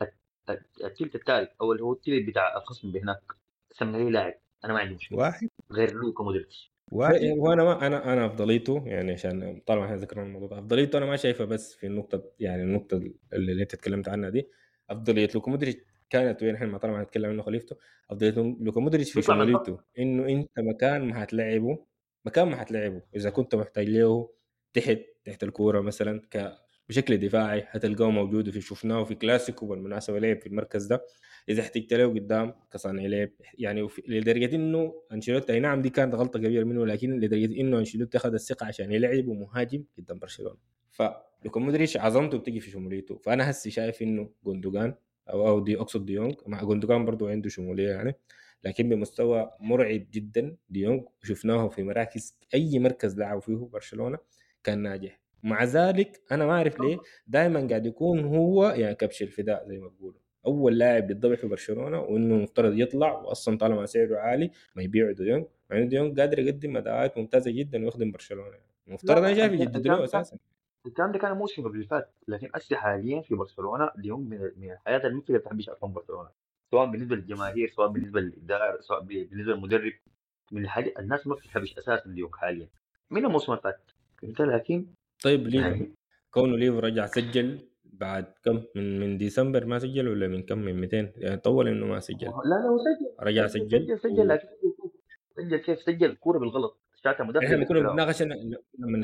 S3: التلت الثالث او اللي هو التلت بتاع الخصم بهناك. سمي لي لاعب، انا ما عندي مشكلة
S1: واحد
S3: غير لوكا مودريتش.
S1: واحد.
S2: وانا ما انا افضليته يعني، عشان طالما احنا ذكرنا الموضوع ده، افضليته انا ما شايفها بس في النقطه، يعني النقطه اللي انت اتكلمت عنها دي. افضليه لوكا مودريتش كانت وين، احنا ما طالما هنتكلم عنه خليفته. افضليه لوكا مودريتش في
S3: بيطلع من الخط.
S2: شموليته، انه انت مكان ما هتلعبه اذا كنت محتاج له تحت الكوره مثلا بشكل دفاعي هتلقاه موجود، وفي شفناه في كلاسيكو بالمناسبه لعب في المركز ده. اذا احتجت له قدام كصانع لعب يعني، لدرجه انه انشيلوتي اي نعم دي كانت غلطه كبيره منه، لكن لدرجه انه انشيلوتي اخذ الثقه عشان يلعب ومهاجم قدام برشلونه. فلوكا مودريتش عظمته بتيجي في شموليته. فانا هسي شايف انه جوندوجان او دي اقصد ديونج، مع جوندوجان برضو عنده شموليه يعني، لكن بمستوى مرعب جدا ديونج. شفناه في مراكز، اي مركز لعب فيه برشلونه كان ناجح. مع ذلك انا ما اعرف ليه دائما قاعد يكون هو يعني كبش الفداء زي ما بقولوا، اول لاعب بيتضبع في برشلونه، وانه مفترض يطلع، واصلا طالما سعره عالي ما يبيعوا ديونج، مع انه ديونج قادر يقدم اداءات ممتازه جدا ويخدم برشلونه يعني.
S3: لا
S2: المفترض انا
S3: لا
S2: شايف يجددوا له اساسا.
S3: الكلام ده كان الموسم اللي فات، لكن أسي حاليا في برشلونة ديونج من الحياة الممكن ما بتحبش أرقام برشلونة، سواء بالنسبة للجماهير سواء بالنسبة للإدارة سواء بالنسبة للمدرب. من الحاجة الناس ما بتحبش أساسا ديونج حاليا من الموسم اللي فات. فهمت؟ لكن
S2: طيب ليفا،
S3: يعني
S2: كونه ليفا رجع سجل بعد كم من ديسمبر ما سجل، ولا من كم من 200 يعني، طول انه ما سجل.
S3: لا لا هو سجل
S2: رجع
S3: سجل
S2: سجل
S3: سجل سجل لكن سجل كيف سجل كورة بالغلط شاتها مدافع
S2: احنا
S3: بالاستراو.
S2: كنا بنتناقش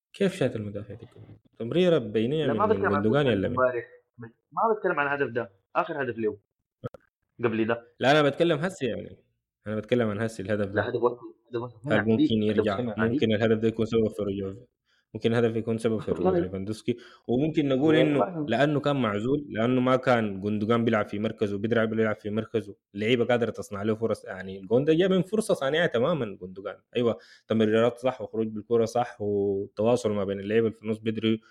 S2: كيف شات المدافع دي تمريره بينيه
S3: لا ما
S2: من
S3: بتكلم عن
S2: جندوجان
S3: عن
S2: يلا من.
S3: امبارح، ما بتكلم عن الهدف ده، اخر هدف له قبل ده.
S2: لا انا بتكلم هسي يعني، انا بتكلم عن هسي الهدف
S3: لا
S2: ده.
S3: هدف
S2: هل
S3: سمع عديد،
S2: ممكن
S3: هدف
S2: يرجع،
S3: سمع عديد.
S2: ممكن الهدف ده يكون سبب في رجوع، ممكن الهدف يكون سبب في رجوع
S3: والله
S2: ليفاندوسكي. وممكن نقول انه
S3: والله
S2: لانه كان معزول، لانه ما كان جندوجان بيلعب في مركزه، بيلعب في مركزه، اللعيبه قادره تصنع له فرص. يعني الجون ده جاء من فرصه صانعه تماما جندوجان. ايوه تمريرات صح وخروج بالكره صح والتواصل ما بين اللعيبه في النص بدري.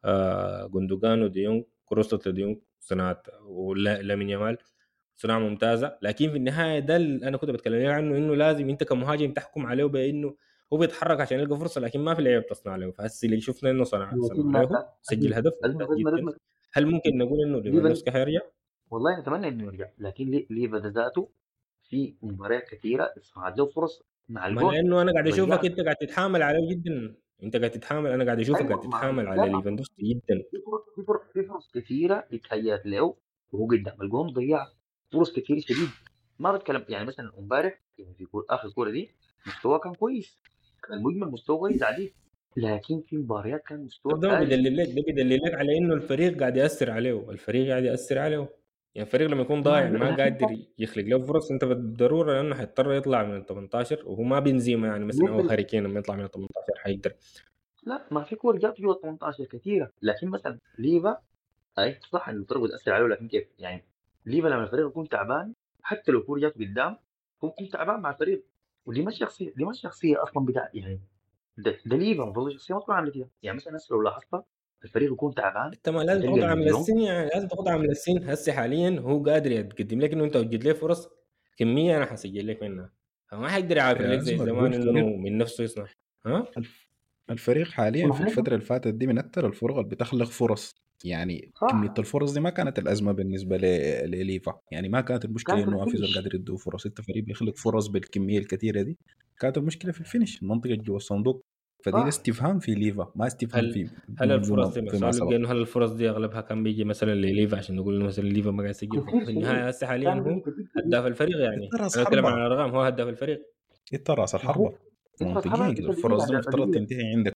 S2: جندوجان وديونج، كروسة ديونج صناعه، ولامين يامال صناعه ممتازه. لكن في النهايه ده اللي انا كنت بتكلم عنه، انه لازم انت كمهاجم تحكم عليه بانه هو بيتحرك عشان يلقى فرصه، لكن ما في لعيبه بتصنع له. فهسه اللي شفنا انه صنع
S3: لكن
S2: له، سجل
S3: أزمة
S2: هدف
S3: أزمة
S2: ممتاز
S3: أزمة
S2: جدا.
S3: أزمة
S2: هل ممكن نقول انه
S3: ليفا.
S2: ليفاندوسكي حيرجع؟
S3: والله نتمنى إنه يرجع، لكن ليفا ذاته في مباريات كثيرة صنعت له فرص مع
S2: ما
S3: الجول
S2: لانه انا قاعد اشوفك
S3: ضيعها.
S2: انت قاعد تتحامل عليه جدا، انت قاعد تتحامل، انا قاعد اشوفك قاعد
S3: أيوه ما
S2: تتحامل
S3: لا
S2: على
S3: ما
S2: ليفاندوسكي جدا.
S3: في فرص كثيرة اتهيأت له وهو قدام الجون ضيعها، فرص كثير شديد. ما بتكلم يعني مثلا امبارح يعني في آخر كورة دي مستواه كان كويس، كان مجمل مستوى كويس عديد، لكن في مباريات كان مستوى
S2: طب ده ما
S3: كارثي.
S2: بيدلل لك، ده بيدلل لك على انه الفريق قاعد ياثر عليه، الفريق قاعد ياثر عليه. يعني الفريق لما يكون ضايع ما
S3: لكن
S2: قادر يخلق له فرص، انت بالضروره لانه حيضطر يطلع من ال 18، وهو ما بنزيما يعني مثلا او
S3: يقدر.
S2: هاري كين لما يطلع من ال 18 حيقدر.
S3: لا ما في كور جات جوا 18 كثيره، لكن مثلا ليفا اي صح انه الفرق بتاثر عليه، لكن كيف يعني؟ ليفا لما الفريق يكون تعبان حتى لو كور جات قدام هو يكون تعبان مع الفريق، ودي مش شخصيه، دي مش شخصيه اصلا بتاع يعني. ده ليفا المفروض الشخصيه ما تكون عامله كده. يعني مثلا هسه لو لاحظت الفريق يكون تعبان
S2: انت ما لازم
S3: وتلقى
S2: تاخذ عامل
S3: الديونج.
S2: السن، يعني لازم تاخذ عامل السن. هسه حاليا هو قادر يقدم لك انه انت وجد له فرص كميه انا حسجل لك منها، فما حيقدر يعافر
S1: يا
S2: لك زي
S1: أزمة بقول
S2: زمان انه
S1: فريق
S2: من نفسه يصنع. ها
S1: الفريق حاليا
S3: ما
S1: في
S3: هنحن
S1: الفترة اللي فاتت دي من أكثر الفرق اللي بتخلق فرص. يعني كمية
S3: صح.
S1: الفرص دي ما كانت الأزمة بالنسبة لليفا. يعني ما كانت المشكلة
S3: كان في
S1: إنه ما في زول
S3: الفينش.
S1: قادر يديه فرص، أنت فريق بيخلق فرص بالكمية الكثيرة دي. كانت المشكلة في الفينش، المنطقة جوا الصندوق. فدي
S3: صح.
S1: استفهام في ليفا، ما استفهام
S2: هل
S1: في
S2: هل الفرص
S1: منظومة
S2: دي
S1: فيما
S2: سؤال يبقى
S1: سبق.
S2: انه هل الفرص دي اغلبها كان بيجي مثلا لليفا عشان نقول انه مثلا ليفا ما قاعد يسجل فرص؟
S3: كثير
S2: في
S3: شديد،
S2: النهايه هسه حاليا
S3: كان بيجي
S2: هو
S3: كثير كثير.
S2: هداف الفريق. يعني
S1: أنت راس
S2: انا بتكلم عن
S1: حربة،
S2: الارقام، هو هداف الفريق.
S1: أنت راس
S3: ما هو
S1: الحربة.
S3: انت اصحابها
S1: منطقيا
S3: انت
S1: كده
S3: دقيقه
S1: الفرص دي مفترض
S3: دقيقه.
S1: تنتهي عندك.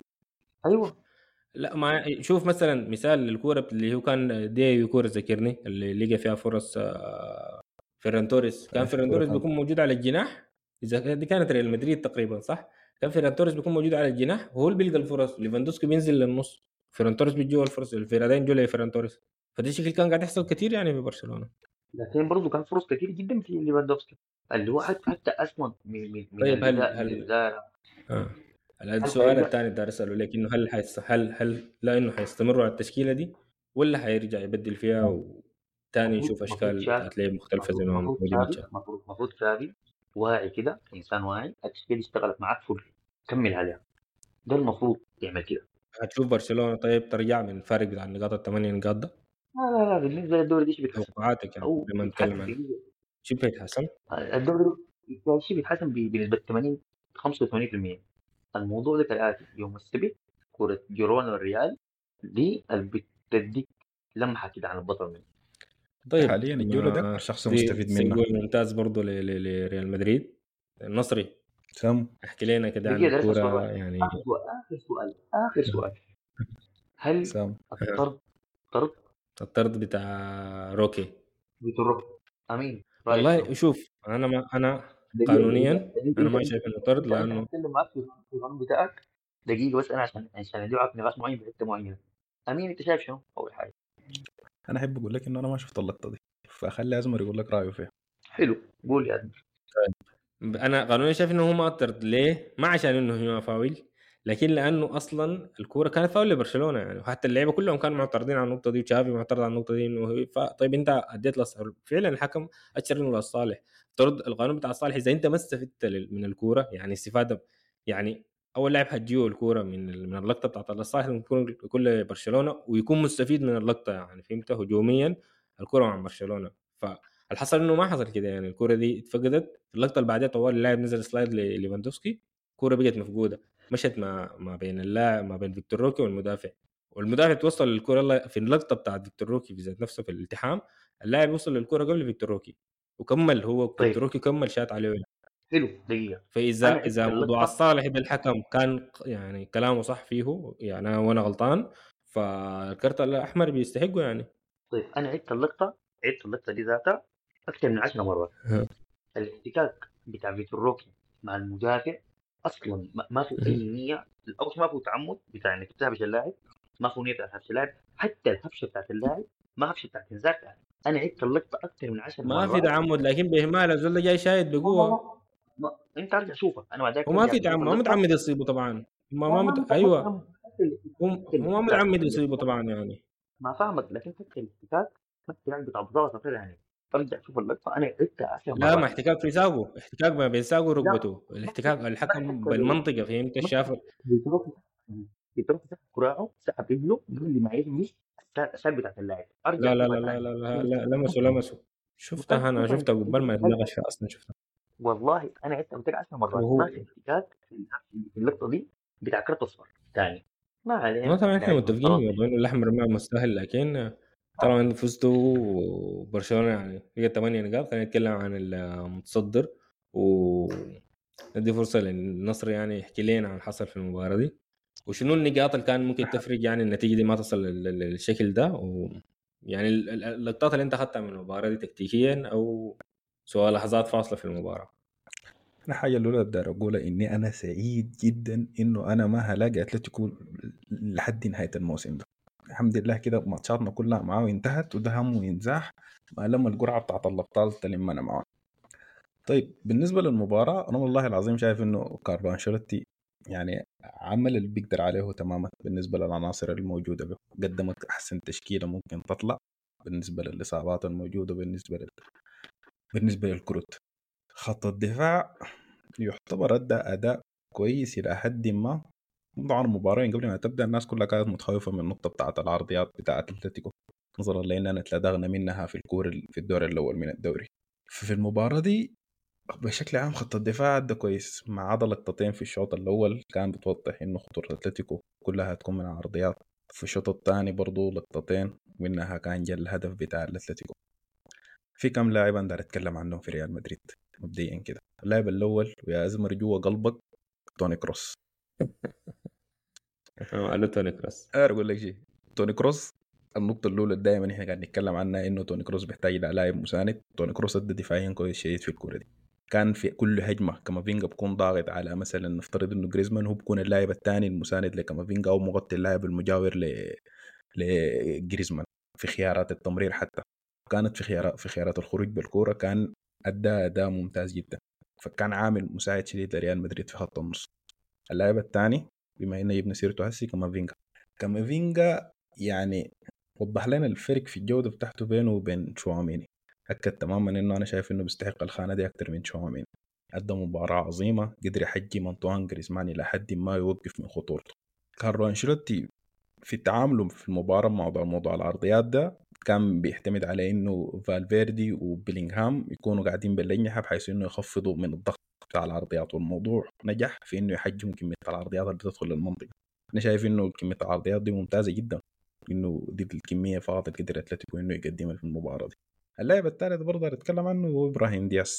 S3: ايوه
S2: لا ما شوف مثلا مثال للكوره اللي هو كان دي كوره ذكرني اللي لقى فيها فرص. فيران توريس، كان
S1: في
S2: فيران
S1: الكرة
S2: توريس
S1: كان
S2: بيكون موجود على الجناح. اذا دي كانت ريال مدريد تقريبا صح، كان فيران توريس بيكون موجود على الجناح وهو اللي بيلقى الفرص، ليفاندوسكي بينزل للنص، فيران توريس بيجي جوا الفرص، الفيرادين جو لفيران توريس. فدي شكل كان قاعد يحصل كثير يعني في برشلونه.
S3: لكن برضه كان فرص كتير جدا في ليفاندوفسكي، اللي هو حتى اصلا من
S2: طيب
S3: البدايه من البدايه.
S2: آه.
S3: هل
S2: السؤال
S3: حيرجع؟
S2: الثاني دار اساله لك انه هل لا انه حيستمروا على التشكيله دي، ولا حيرجع يبدل فيها وتاني
S3: المفروض
S2: يشوف
S3: المفروض
S2: اشكال
S3: شافي،
S2: بتاعت لعب مختلفه زي ما
S3: المفروض
S2: موجودين
S3: شافي
S2: تشافي.
S3: المفروض شافي واعي كده، انسان واعي، التشكيله اشتغلت معاك فل، كمل عليها. ده المفروض يعمل كده.
S2: هتشوف برشلونه طيب ترجع من الفارق بتاع النقاط الثمانيه نقاط ده؟
S3: لا بالنسبه للدوري دي شيء بيتحسن،
S2: توقعاتك يعني
S3: او
S2: لما نتكلم
S3: بيتحسن
S2: عن
S3: بنسبه.
S2: شبه يتحسن.
S3: الدوري ده شيء بيتحسن بنسبه 80 85%. الموضوع ده كالاتي: يوم السبت كره جيرونا والريال دي اللي بتديك لمحه كده عن البطل منه.
S2: طيب
S1: حاليا الجولة دي أكثر
S2: ما
S1: شخص
S2: دي
S1: مستفيد منها
S2: سيقول ممتاز برضه لريال مدريد. النصري
S1: سام.
S2: احكي لنا كده عن
S3: دقيقه ده اسال سؤال
S2: الكوره
S3: واحد،
S2: يعني.
S3: اخر سؤال. هل
S1: سام
S3: الطرد طرد
S2: الطرد بتاع روكي.
S3: بتروح؟ امين رايك شنو؟
S2: والله شوف انا
S3: دقيقه
S2: قانونيا
S3: انت
S2: انا
S3: انت
S2: ما
S3: انت
S2: شايف انه طرد،
S3: انت
S2: لانه
S3: هتكلم معاك في القانون بتاعك. دقيقه بس انا عشان ادعك نقاش معين في حته معينه. امين انت شايف شنو اول حاجه؟
S1: أنا أحب أقول لك إنه أنا ما شفت اللقطة دي، فخلي أزمر يقول لك رأيه فيها.
S3: حلو قول يا ادم.
S2: انا قانونيا شايف انه هو ما طرد. ليه؟ ما عشان انه هي ما فاول، لكن لانه اصلا الكوره كانت فاول لبرشلونه يعني، وحتى اللعيبه كلهم كانوا معترضين على النقطه دي، وتشافي معترض على النقطه دي انه طيب انت اديت فعلا الحكم اشر انه للصالح. طرد القانون بتاع الصالح اذا انت ما استفدت من الكوره، يعني استفاده يعني اول لاعب هتجيه الكوره من اللقطه بتاعت الصالح يكون لبرشلونه ويكون مستفيد من اللقطه، يعني فهمت هجوميا الكوره مع برشلونه. فالحصل انه ما حصل كده، يعني الكوره دي اتفقدت في اللقطه اللي بعدها طوال اللاعب نزل سلايد لليفاندوفسكي، الكوره بقت مفقوده، مشت ما بين اللاعب ما بين فيكتور روكي والمدافع، والمدافع توصل للكوره في اللقطه بتاعت فيكتور روكي في ذات نفسه في الالتحام. اللاعب وصل للكوره قبل فيكتور روكي وكمل، هو
S3: طيب
S2: فيكتور روكي كمل شات عليه.
S3: حلو دقيقة.
S2: فاذا
S3: أنا عدت
S2: موضوع
S3: اللقطة.
S2: الصالح بالحكم كان يعني كلامه صح فيه، يعني وانا غلطان، فالكرت الاحمر بيستحقه يعني.
S3: طيب أنا عدت اللقطة دي ذاتها أكثر من 10 مرات. الاحتكاك بتاع فيتور روكي مع المدافع اصلا ما في اي نيه، او ما في تعمد بتاع انك تهبش اللاعب، ما في نيه بتاعت هبش اللاعب، حتى الهبشه بتاعت اللاعب ما هبشه بتاعت انذار. انا عدت اللقطه اكثر من 10
S2: ما في
S3: مرات.
S2: تعمد، لكن باهمال الزول ده جاي شايد
S3: لا لا
S2: بقوه.
S3: لا انت ارجع شوفها، انا بعدك
S2: وما
S3: ارجع
S2: في
S3: شوف
S2: تعمد، ما
S3: اللقطه.
S2: متعمد يصيبه طبعا.
S3: لا ما
S2: ايوه،
S3: تعمد، حتى حتى
S2: هو ما
S3: الاحتكاك
S2: متعمد يصيبه طبعا يعني.
S3: ما فاهمك، لكن حتى الاحتكاك ما احتكاك بتاع بضغط كده يعني. ارجع شوف اللقطه، انا عدتها 10
S2: لا، ما
S3: مرات.
S2: احتكاك في ساقه، احتكاك ما بين ساقه
S3: لا
S2: وركبته،
S3: ما
S2: الاحتكاك
S3: ما
S2: الحكم
S3: احتكى،
S2: بالمنطقه، فهمت
S3: ما
S2: الشاف.
S3: بتروح بتروح تسحب كراعه، سحب رجله يقول لي ما يلمس الساب بتاعت اللاعب. ارجع
S2: لا لا
S3: اشوفها
S2: لا لا
S3: ثاني.
S2: لا لا, لا لمسه شفتها، انا
S3: شوفها
S2: شفتها
S3: انت
S2: قبل ما
S3: هل
S2: نتناقش فيها اصلا شفتها.
S3: والله انا عدت قلت لك 10 مرات ما
S2: وهو
S3: في احتكاك في اللقطه دي بتاع كرت اصفر ثاني. ما
S2: ما
S3: علينا،
S2: طبعا احنا
S3: لاعب
S2: متفقين في
S3: مفترض.
S2: موضوع انه الاحمر ما مستاهل، لكن طالما انتوا فزتوا وبرشلونه يعني بقت 8 نقاط، خلينا نتكلم عن المتصدر وندي فرصه للنصر يعني يحكي لنا عن حصل في المباراه دي، وشنو النقاط اللي كان ممكن تفرق يعني النتيجه دي ما تصل للشكل ده، يعني اللقطات اللي انت اخذتها من المباراه دي تكتيكيا او سواء لحظات فاصله في المباراه.
S1: أنا حاجة الأولى بدي أقولها إني أنا سعيد جدا إنه أنا ما هلاقي أتلتيكو لحد نهاية الموسم ده. الحمد لله كده ماتشاتنا كلها معاه انتهت، وده همه ينزاح ما لما القرعة بتاعت الأبطال تلمنا معاه. طيب بالنسبة للمباراة، أنا والله العظيم شايف إنه كارلو أنشيلوتي يعني عمل اللي بيقدر عليه تماما بالنسبة للعناصر الموجودة به. قدمت أحسن تشكيلة ممكن تطلع بالنسبة للإصابات الموجودة، بالنسبة للكروت. خط الدفاع يعتبر أدى أداء كويس إلى حد ما. طبعا المباراة قبل ما تبدأ الناس كلها كانت متخوفة من النقطة بتاعة العرضيات بتاعة أتلتيكو، نظرا لأننا اتلدغنا منها في في الدور الأول من الدوري. ففي المباراة دي بشكل عام خط الدفاع ده كويس، ما عدا لقطتين في الشوط الأول كان بتوضح إنه خطورة أتلتيكو كلها تكون من العرضيات. في الشوط الثاني برضو لقطتين منها كان جا الهدف بتاع الأتلتيكو. في كم لاعب أقدر أتكلم عنهم في ريال مدريد مبدئيا كده. اللاعب الأول ويا أزمر جوا قلبك توني كروس.
S2: قال توني كروس.
S1: أقول لك شيء، توني كروس النقطة الأولى دائما احنا قاعد نتكلم عنها إنه توني كروس بيحتاج إلى لاعب مساند. توني كروس أدى دفاعيا كويس شديد في الكورة دي. كان في كل هجمة كامافينجا بكون ضاغط على مثلا نفترض إنه جريزمان هو بكون اللاعب الثاني المساند لكامافينجا أو مغطي اللاعب المجاور لجريزمان في خيارات التمرير حتى. كانت في خيارات الخروج بالكورة كان أدى أداء ممتاز جدا. فكان عامل مساعد شديد لريال مدريد في خط النص. اللاعب الثاني بما إنه يبني سيرته هسي كامافينجا يعني وضح لنا الفرق في الجودة بتاعته بينه وبين شواميني. أكد تماما إنه أنا شايف إنه بيستحق الخانة دي أكتر من شواميني. أدى مباراة عظيمة، قدر يحجم أنطوان جريزمان إلى حد ما يوقف من خطورته. كارلو أنشيلوتي في تعامله في المباراة مع موضوع العرضيات ده كان بيعتمد على إنه فالفيردي وبيلينغهام يكونوا قاعدين بالأجنحة بحيث إنه يخفضوا من الضغط بتاع العرضيات، والموضوع نجح في إنه يحجم كمية العرضيات اللي بتدخل للمنطقة. أنا شايف إنه كمية العرضيات دي ممتازة جدا، إنه دي الكمية فقط اللي قدر أتلتيكو إنه يقدمها في المباراة دي. اللاعب الثالث برضه نتكلم عنه هو إبراهيم دياس.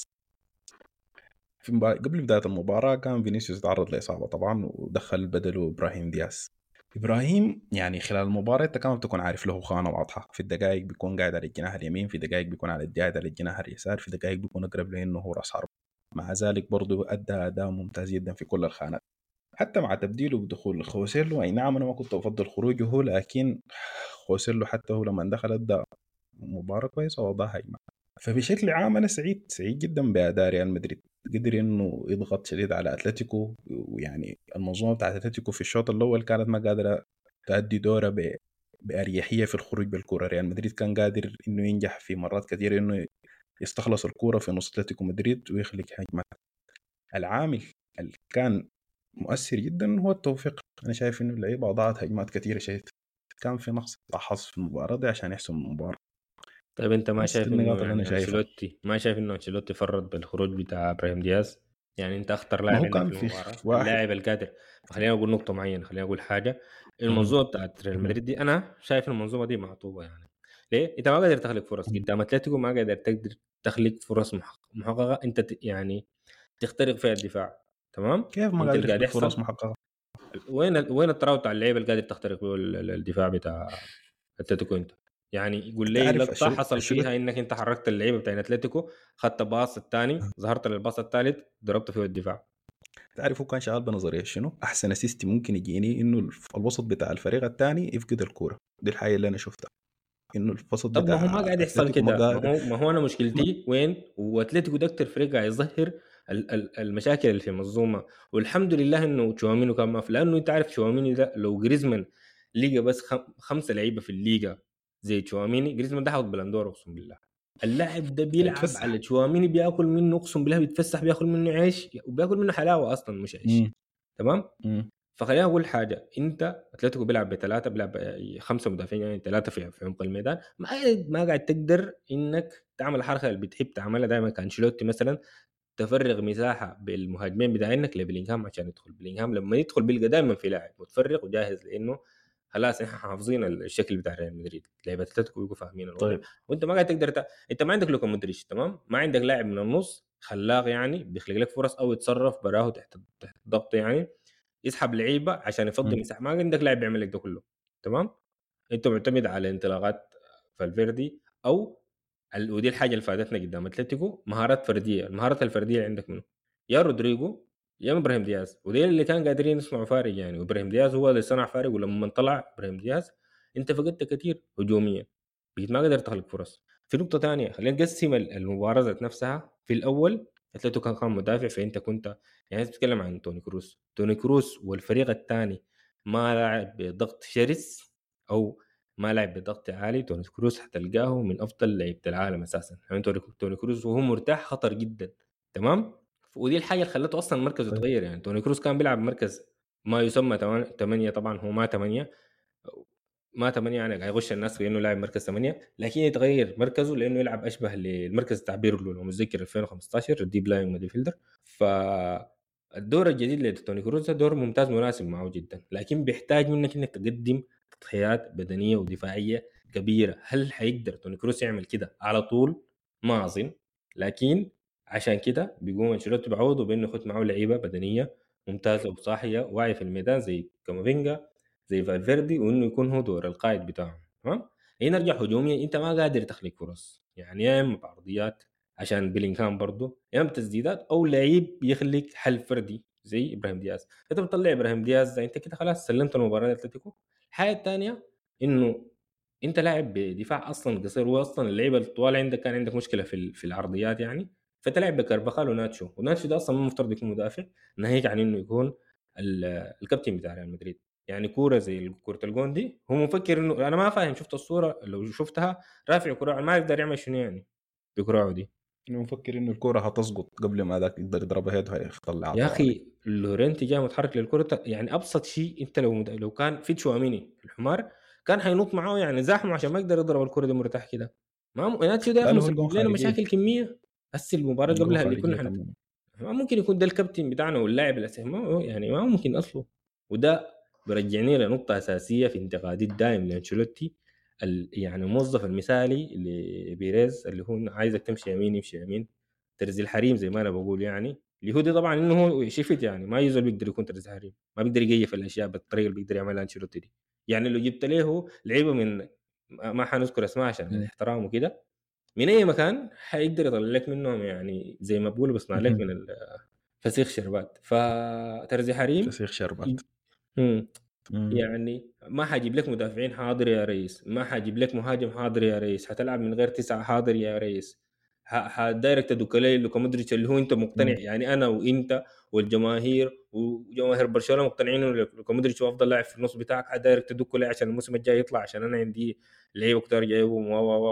S1: قبل بداية المباراة كان فينيسيوس تعرض لإصابة طبعا ودخل بدله إبراهيم دياس. إبراهيم يعني خلال المباراة أنت كمان بتكون عارف له خانة واضحة. في الدقائق بيكون قاعد على الجناح اليمين، في دقائق بيكون على الجهة على الجناح اليسار، في دقائق بيكون أقرب لأنه هو رأس حرب. مع ذلك برضه أدى أداء ممتاز جدا في كل الخانات، حتى مع تبديله بدخول خوسيلو. أي نعم أنا ما كنت أفضل خروجه، لكن خوسيلو حتى هو لما دخل أدى مباراة كويسة وضعها هجمة. فبشكل عام أنا سعيد جدا بأداء ريال مدريد. قدر إنه يضغط شديد على أتلتيكو، ويعني المنظومة بتاعت أتلتيكو في الشوط الأول كانت ما قادرة تأدي دورها بأريحية في الخروج بالكرة. ريال مدريد كان قادر إنه ينجح في مرات كثيرة إنه يستخلص الكرة في نص أتلتيكو مدريد ويخلق هجمات. العامل اللي كان مؤثر جدا هو التوفيق. أنا شايف إنه اللعيبة أضاعت هجمات كثيرة شديد، كان في نقص حظ في المباراة دي عشان يحسم المباراة.
S2: طيب انت ما
S1: بس دي
S2: شايف انه
S1: النقاط اللي أنا
S2: يعني
S1: شايفها.
S2: انشيلوتي فرط بالخروج بتاع ابراهيم دياز؟ يعني انت اخطر
S1: ما
S2: لاعب
S1: هو
S2: عندك
S1: كان
S2: في
S1: في
S2: المباراه،
S1: واحد.
S2: اللاعب القادر. خلينا اقول نقطه معينه، خلينا اقول حاجه.
S1: مهم.
S2: المنظومه بتاعت ريال
S1: مهم.
S2: مدريد دي انا شايف المنظومه دي معطوبه يعني. ليه؟ انت ما قادر تخلق فرص قدام اتلتيكو، ما قادر تقدر تخلق فرص محققه. انت يعني تخترق فيها الدفاع. تمام.
S1: كيف ما
S2: انت
S1: قادر
S2: اللي قاعد
S1: يخلق فرص
S2: يحصل
S1: محققه؟
S2: وين التراوت على اللعيبه اللي قادر تخترق فيه الدفاع بتاع اتلتيكو انت؟ يعني يقول
S1: انت
S2: لي
S1: عارف
S2: لقطه حصل
S1: الشرط
S2: فيها انك انت حركت اللعيبه بتاع اتلتيكو، خدت باص الثاني، ظهرت للباص الثالث، ضربت فيه الدفاع.
S1: تعرف هو كان شغال بنظريه شنو؟ احسن اسيستي ممكن يجيني انه الوسط بتاع الفريق الثاني يفقد الكوره. دي الحاجه اللي انا شفتها، انه الوسط
S2: طب ما هو ما
S1: بتاع
S2: قاعد يحصل
S1: اتلتيكو ما
S2: كده، ما
S1: قادر.
S2: هو ما هو انا مشكلتي وين؟ واتلتيكو ده اكتر فريق قاعد يظهر المشاكل اللي في المنظومه. والحمد لله انه تشواميني كان ما في، لانه انت عارف تشواميني ده لو جريزمان لقى بس 5 لعيبه في الليغا زي تشواميني، جريزمان ده حاطط بلندور اقسم بالله. اللاعب ده بيلعب على
S1: هيتفسح.
S2: تشواميني، بياكل منه اقسم بالله، بيتفسح، بياكل منه عيش وبياكل منه حلاوه اصلا مش عيش.
S1: مم.
S2: تمام.
S1: مم.
S2: فخلينا اقول حاجه، انت اتلتيكو بيلعب بثلاثه، بيلعب 5 مدافعين، يعني 3 في عمق الميدان، ما قاعد تقدر انك تعمل الحركه اللي بتحب تعملها دائما كانشيلوتي مثلا، تفرغ مساحه بالمهاجمين بتاعينك لبلينغهام عشان يدخل. بلينغهام لما يدخل بيلقى دائما في لاعب متفرغ وجاهز، لانه خلاص احنا حافظين الشكل بتاع ريال مدريد، لعيبه اتلتيكو بيبقوا فاهمين الوضع.
S1: طيب.
S2: وانت ما قاعد تقدر انت ما عندك لوكا مودريتش، تمام، ما عندك لاعب من النص خلاق يعني بيخلق لك فرص او يتصرف براه تحت ضغط، يعني يسحب لعيبه عشان يفضي
S1: مم.
S2: مساحه. ما عندك لاعب يعمل لك ده كله. تمام. انت معتمد على انطلاقات فالفيردي او ودي الحاجه اللي فادتنا قدام اتلتيكو، مهارات فرديه. المهارات الفرديه اللي عندك منه يا رودريجو يا ابراهيم دياز، ودي اللي كان قادرين يصنعوا فارق يعني. وابراهيم دياز هو اللي صنع فارق، ولما طلع ابراهيم دياز انت فقدت كثير هجوميا، بقيت ما قدرت تخلق فرص. في نقطه ثانيه، خلينا نقسم المباراه ذات نفسها. في الاول اتلتيكو كان مدافع، فانت كنت يعني تتكلم عن توني كروس والفريق الثاني ما لعب بضغط شرس او ما لعب بضغط عالي. توني كروس حتلقاه من افضل لعيبه العالم اساسا، يعني توني كروس وهو مرتاح خطر جدا. تمام. ودي الحاجه اللي خلته اصلا مركزه
S1: طيب.
S2: يتغير. يعني توني كروس كان بيلعب مركز ما يسمى 8، طبعا هو ما 8، ما 8 يعني قاعد يغش الناس بانه لاعب مركز 8، لكن يتغير مركزه لانه يلعب اشبه للمركز بتاع بيرلو لو متذكر 2015 الديب لاين ميدفيلدر. فالدور الجديد لتوني كروز دور ممتاز مناسب معه جدا، لكن بيحتاج منك انك تقدم تضحيات بدنيه ودفاعيه كبيره. هل حيقدر توني كروز يعمل كده على طول؟ ما اظن. لكن عشان كده بيقوم انشيلوتي بعوضه بانه يخد معه لعيبه بدنيه ممتازه وصاحيه واعيه في الميدان زي كامافينجا زي فالفيردي، وانه يكون هو دور القائد بتاعهم. تمام. هنا نرجع هجوميا، انت ما قادر تخلق فرص، يعني يا اما بعرضيات عشان بيلينغهام برضه، يا اما بتسديدات او لعيب يخلق حل فردي زي ابراهيم دياز. انت بتطلع ابراهيم دياز ده انت كده خلاص سلمت المباراه لاتلتيكو. الحاجه الثانيه انه انت لاعب بدفاع اصلا قصير، واصلا اللعيبه الطوال عندك كان عندك مشكله في العرضيات يعني. فتلعب بكربخال وناتشو، وناتشو ده اصلا مو مفترض يكون مدافع، ناهيك عن انه يكون الكابتن بتاع ريال مدريد. يعني كوره زي كوره الجون دي هو مفكر انه انا ما فاهم، شفت الصوره لو شفتها رافع كوره ما يقدر يعمل شنو يعني بكوره دي.
S1: إنه مفكر انه الكوره هتسقط قبل ما ذاك يقدر يضربها يده هيطلعها
S2: يا
S1: طوالي.
S2: اخي لورينتي جاي متحرك للكره، يعني ابسط شيء انت لو كان في تشواميني الحمار كان حينط معاه يعني زاحمه عشان ما يقدر يضرب الكره دي مرتاح كده. ما ناتشو ده يا
S1: لا
S2: اخي
S1: له الجون
S2: مسبب لنا
S1: خارجيه.
S2: مشاكل كميه. بس المباراه
S1: الجون
S2: قبلها اللي
S1: خارجيه
S2: كنا
S1: تماما.
S2: ما ممكن يكون ده الكابتن بتاعنا واللاعب الاساسي، يعني ما ممكن اصله. وده برجعني لنقطه اساسيه في انتقادي الدائم لانشيلوتي، يعني الموظف المثالي لبيريز اللي هو عايزك تمشي يمين يمشي يمين، ترزي الحريم زي ما انا بقول. يعني اليهودي طبعا انه هو شفت، يعني ما يزول بيقدر يكون ترزي حريم، ما بيقدر يقيف الاشياء بالطريقه اللي بيقدر يعملها انشيلوتي دي. يعني لو جبت له لعيبه من ما حنذكر اسماء عشان
S1: مم.
S2: الاحترام وكده، من اي مكان حيقدر يطلع لك منهم، يعني زي ما بقولوا بصنع لك
S1: مهم.
S2: من الفسيخ شربات. فترزي حريم
S1: فسيخ شربات.
S2: مم.
S1: مم.
S2: يعني ما حجيب لك مدافعين حاضر يا ريس، ما حجيب لك مهاجم حاضر يا ريس، حتلعب من غير 9 حاضر يا ريس، دايركت دوكالي لوكا مودريتش اللي هو انت مقتنع،
S1: مم.
S2: يعني انا وانت والجماهير وجماهير برشلونه مقتنعين انه لوكا مودريتش هو افضل لاعب في النص بتاعك، دايركت دوكالي عشان الموسم الجاي يطلع، عشان انا عندي لعيبه كتار جايبهم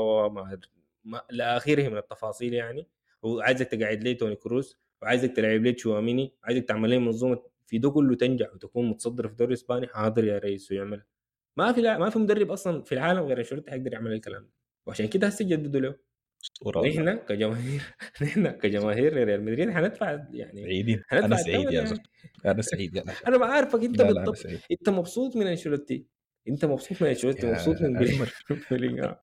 S2: لا اخره من التفاصيل يعني. وعايزك تقعد لي توني كروز، وعايزك تلعب لي تشواميني، عايزك تعمل لي منظومه في ده كله تنجح وتكون متصدر في الدوري الاسباني، حاضر يا ريس ويعمل. ما في مدرب اصلا في العالم غير انشيلوتي حيقدر يعمل الكلام ده، وعشان كده هسه جددوا له.
S1: اسطوره والله.
S2: ونحن كجماهير نحن كجماهير ريال مدريد حندفع، يعني
S1: سعيدين. انا
S2: حندفع
S1: سعيد
S2: الثمن
S1: يا زول.
S2: يعني.
S1: انا سعيد يا اخي.
S2: انا ما عارفك انت
S1: لا لا انا
S2: بالضبط،
S1: سعيد.
S2: انت مبسوط من انشيلوتي، انت مبسوط من انشيلوتي،
S1: يا
S2: مبسوط من
S1: عمر
S2: بيلينغهام.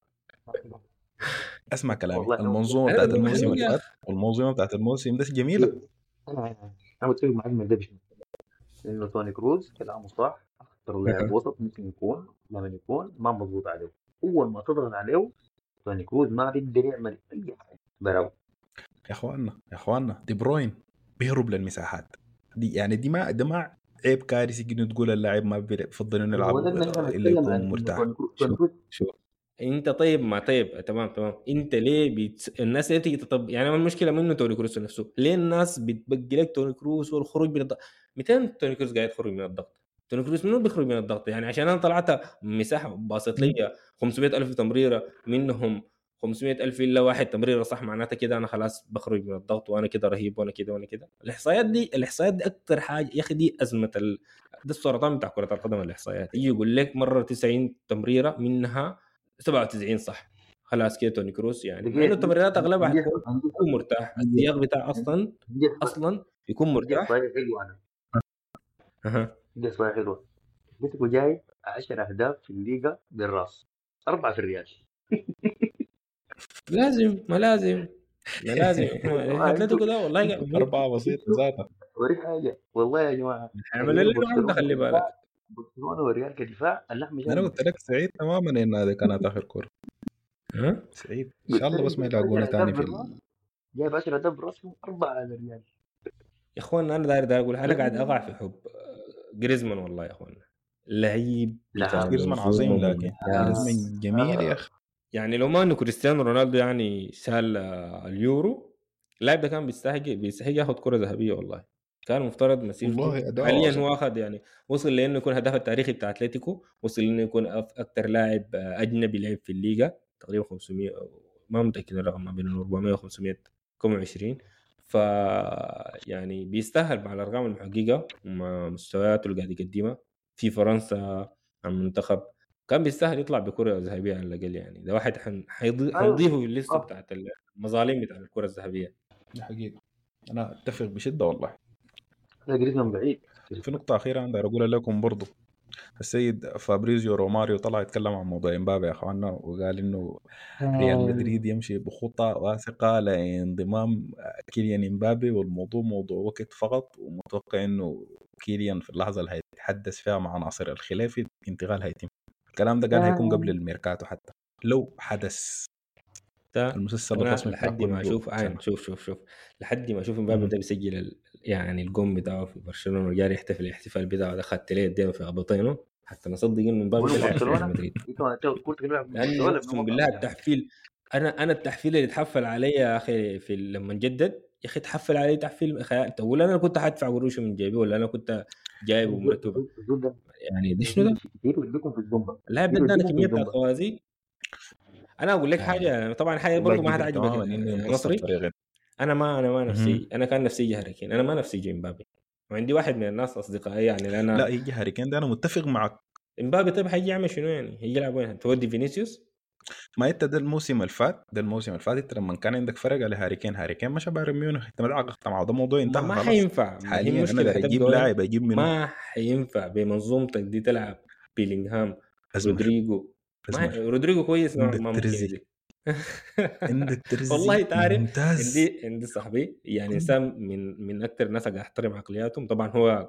S1: اسمع كلامي.
S3: والله هو
S1: المنظومه
S2: انا
S1: بتاعت
S2: ببقى
S1: الموسم
S2: محروق
S1: اللي
S2: يا
S1: فات
S2: اخي.
S1: والمنظومه بتاعت الموسم ده جميله.
S3: انا متفق معك من ده بشنو؟ لانه توني كروز كلامه صح، اكثر لاعب
S2: أها.
S3: وسط ممكن يكون لما يكون ما مضغوط عليه. اول ما تضغط عليه توني كروز ما بيقدر يعمل اي حاجه براو.
S1: يا اخواننا دي بروين بيهرب للمساحات دي، يعني دي ما عيب كارثي انه تقول اللاعب ما بيفضل انه
S3: هو
S1: يلعب
S3: ده اللي احنا
S1: الا
S3: بنتكلم عن
S1: يكون
S3: انه
S1: مرتاح.
S3: توني
S2: شوف
S3: كروز.
S2: شوف انت طيب ما طيب تمام تمام، انت ليه الناس ليه تيجي تطب يعني ما المشكله منه توني كروس نفسه، ليه الناس بتبقي لك توني كروس والخروج من الضغط؟ 200 توني كروس قاعد يخرج من الضغط، توني كروس منو بيخرج من الضغط؟ يعني عشان انا طلعت مساحه باصت لي 500,000 تمريره منهم 500,000 الا واحد تمريره صح، معناتها كده انا خلاص بخرج من الضغط وانا كده رهيب وانا كده وانا كده. الاحصائيات دي اكتر حاجه يا اخي، دي ازمه ده السرطان بتاع كره القدم. الاحصائيات يجي يقول لك مره 90 تمريره منها 97 صح، خلاص كده توني كروس، يعني مع انه
S3: دقيقه
S2: التمريرات اغلبها
S3: عندي
S2: هتكون يكون مرتاح،
S3: عندي
S2: السياق بتاع اصلا يكون
S3: عندي
S2: مرتاح.
S3: احصائيه حلوه. انا
S2: اها.
S3: عندي احصائيه حلوه. اتلتيكو جاي 10 اهداف في الليغا بالراس، 4 في الريال.
S2: لازم ما لازم ما لازم احنا
S3: والله انتوا
S2: اتلتيكو ده والله
S1: أربعة بسيطة
S3: انتوا
S1: ذاتها.
S3: وري حاجه والله يا جماعه.
S2: هيعمل
S3: تخيل
S2: لنا عقده
S3: برشلونه
S2: خلي
S3: كدفاع،
S2: بالك.
S3: برشلونه والريال كدفاع اللحمه
S1: أنا
S3: جامده.
S1: قلت لك سعيد تماما إن هذه كانت آخر كورة.
S2: ها
S1: سعيد إن شاء
S3: قلت
S1: الله
S3: لك
S1: بس ما
S3: جايب
S1: يلاقونا
S3: 10 اهداف
S1: تاني
S3: بالراس، جايب 10 اهداف بالراس، 4 على الريال.
S2: يا اخوانا، انا داير اقول انا قاعد اقع في
S3: لا
S2: حب جريزمان والله يا اخوانا، لعيب بتاع
S3: لا
S1: جريزمان
S2: منظومه
S1: عظيم، لكن
S2: ممتاز.
S1: جريزمان جميل يا أخي.
S2: يعني لو ما انه كريستيانو رونالدو يعني شال اليورو، اللاعب ده كان بيستحق ياخد كرة ذهبية والله. كان مفترض مسيرته
S1: والله أداؤه
S2: حاليا
S1: عظيم.
S2: هو اخذ يعني، وصل لانه يكون هداف التاريخي بتاع اتلتيكو، وصل لانه يكون اكثر لاعب اجنبي لعب في الليغا تقريبا 500 ما متاكد الرقم، ما بين 400 و 500 كم 20. ف يعني بيستاهل مع الارقام المحققه ومع مستوياته اللي قاعد يقدمها في فرنسا عن المنتخب، كان بيستاهل يطلع بكرة ذهبية على الأقل. يعني ده واحد
S3: ايوه
S2: حنضيفه في الليستة
S3: صح.
S2: بتاعت المظالم بتاع الكرة الذهبية.
S1: دي حقيقة، أنا أتفق بشدة والله.
S3: لا جريزمان بعيد.
S1: في نقطة أخيرة أنا داير أقولها لكم برضو. السيد فابريزيو روماريو طلع يتكلم عن موضوع امبابي يا اخوانا، وقال انه ريال مدريد يمشي بخطى واثقة لانضمام كيليان امبابي، والموضوع موضوع وقت فقط، ومتوقع انه كيليان في اللحظة اللي هيتحدث فيها مع ناصر الخلافي انتقال هيتم. الكلام ده قال هيكون قبل الميركاتو حتى لو حدث.
S2: ده
S1: المسلسل
S2: أنا
S1: الرسمي بتاع
S2: لحد ما
S1: كل
S2: أشوف
S1: سنة.
S2: شوف لحد ما أشوف امبابي
S1: مهم.
S2: ده بيسجل يعني الجون بتاعه في برشلونة وجاري يحتفل الاحتفال بتاعه ده، خدت ليه يدينه في أبطينه حتى نصدق إنه امبابي
S3: منو
S2: ده لاعب في ريال
S3: برشلونه؟
S2: مدريد.
S3: انت ما قلت بيلعب في
S2: لأنه
S3: برشلونه من
S2: أقسم
S3: وقع.
S2: بالله التحفيل، أنا التحفيل اللي تحفل علي يا أخي في لما نجدد، يا أخي تحفل علي تحفيل خيال، تقول أنا كنت حدفع قروشه من جيبي ولا أنا كنت جايبه مرتبه؟
S3: الزول ده
S2: يعني ده شنو
S3: كتير
S2: ده؟
S3: كتير وديكم في الزومبا.
S2: اللاعب ده
S3: كتير
S2: ادانا
S3: وديكم في
S2: كميه بتاعت
S3: الزومبا.
S2: خوازيق. انا اقول لك
S1: آه.
S2: حاجه، طبعا حاجه
S1: والله
S2: برضو ما
S1: قدر
S2: هتعجبك
S1: تماما انه
S2: يا
S1: يمتص
S2: نصري.
S1: الفريقين.
S2: انا
S1: مهم.
S2: نفسي، انا كان نفسي هاري كين، انا ما نفسي يجي امبابي. وعندي واحد من الناس اصدقائي يعني
S1: لا
S2: لأنا
S1: يجي هاري كين، ده انا متفق معك.
S2: امبابي طيب هيجي يعمل شنو يعني؟ هيجي يلعب وين؟ تودي فينيسيوس؟
S1: ما انت ده الموسم اللي فات انت لما كان عندك فرق على هاري كين مش بايرن ميونخ، انت ما تعاقدت معه، ده موضوع
S2: ما
S1: انتهى
S2: ما
S1: خلاص.
S2: حينفع، ما هي
S1: حاليا انا
S2: المشكله
S1: داير
S2: حتبقى
S1: اجيب
S2: وين؟
S1: لاعب، اجيب منه.
S2: ما حينفع بمنظومتك دي تلعب بيلينغهام،
S1: ازمر
S2: رودريجو. ما
S1: ازمر
S2: رودريجو كويس،
S1: عندك
S2: ما ممكن
S1: ترزي
S2: ينزل.
S1: عندك
S2: والله
S1: ترزي
S2: تعرف،
S1: ممتاز.
S2: عندي صاحبي يعني انسان من اكثر الناس اللي احترم عقلياتهم. طبعا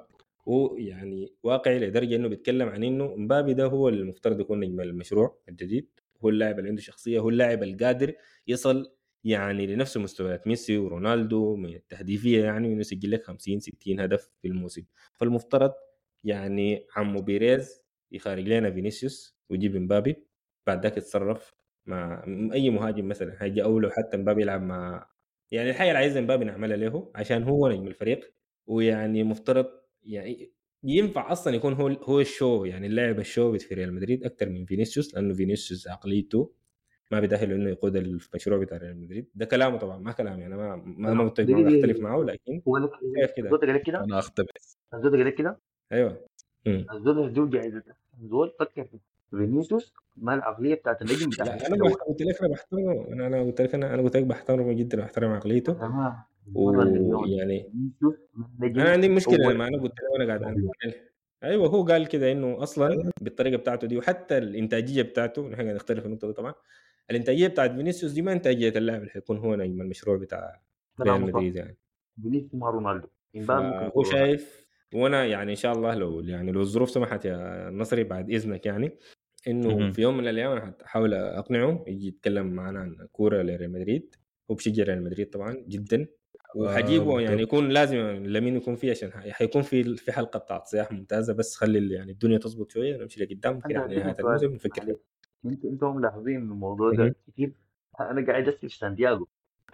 S2: هو يعني واقعي لدرجه انه بيتكلم عن انه مبابي ده هو المفترض يكون نجم المشروع الجديد، هو اللاعب اللي عنده شخصيه، هو اللاعب القادر يصل يعني لنفس مستويات ميسي ورونالدو من التهديفيه، يعني انه يسجل لك 50 60 هدف في الموسم. فالمفترض يعني عمو بيريز يخارج لنا فينيسيوس ويجيب مبابي، بعد ذاك يتصرف مع اي مهاجم مثلا هيجي، او لو حتى مبابي يلعب مع، يعني الحاجه اللي عايز مبابي نعملها له عشان هو نجم الفريق. ويعني مفترض يعني ينفع اصلا يكون هو الشو، يعني اللاعب الشو في ريال مدريد اكثر من فينيسيوس، لانه فينيسيوس عقليته ما بيدخل انه يقود المشروع بتاع ريال مدريد. ده كلامه طبعا، ما كلامي انا، ما متفق معه، بختلف
S3: دقيقة.
S2: معه، لكن
S3: هو لك
S2: شايف كده.
S3: الزول ده قال لك كده.
S1: انا اختبس.
S3: الزول ده قال لك كده.
S2: ايوه.
S3: الزول ده جايزة. الزول فكر في فينيسيوس ما العقلية بتاعت النجم بتاع
S2: لا
S3: فريق
S2: انا
S3: الدوري.
S2: قلت لك انا بحترمه، انا قلت لك انا قلت لك بحترمه جدا واحترم
S3: يا
S2: عقليته.
S3: جماعة مرة مليون
S2: ويعني
S3: فينيسيوس
S2: انا
S3: نجم
S2: عندي مشكله
S3: أول
S2: لما انا قلت له وانا قاعد انا
S3: الدوري.
S2: ايوه هو قال كده انه اصلا بالطريقه بتاعته دي، وحتى الانتاجيه بتاعته، نحن قاعد نختلف في النقطه دي طبعا. الانتاجيه بتاعت فينيسيوس دي ما انتاجيه اللاعب اللي حيكون هو نجم المشروع بتاع ريال
S3: كلامه صح.
S2: مدريد يعني.
S3: فينيسيوس ما رونالدو. امبابي ممكن
S2: فهو
S3: يكون رونالدو.
S2: شايف، وانا يعني ان شاء الله لو الظروف سمحت يا نصري بعد اذنك، يعني انه في يوم من الايام انا هحاول اقنعه يجي يتكلم معنا عن كوره لريال مدريد. هو بشجع ريال مدريد طبعا جدا، وحجيبه يعني يكون لازم لمين يكون فيه، عشان حيكون في حلقه بتاعت صياح ممتازه، بس خلي يعني الدنيا تظبط شويه نمشي لقدام كده
S3: انا
S2: على
S3: عندكم
S2: نهايه
S3: سؤال،
S2: الموسم نفكر فيه.
S3: معلش. انتم ملاحظين الموضوع
S2: مهم.
S3: ده كتير؟ انا قاعد اسال في سانتياغو.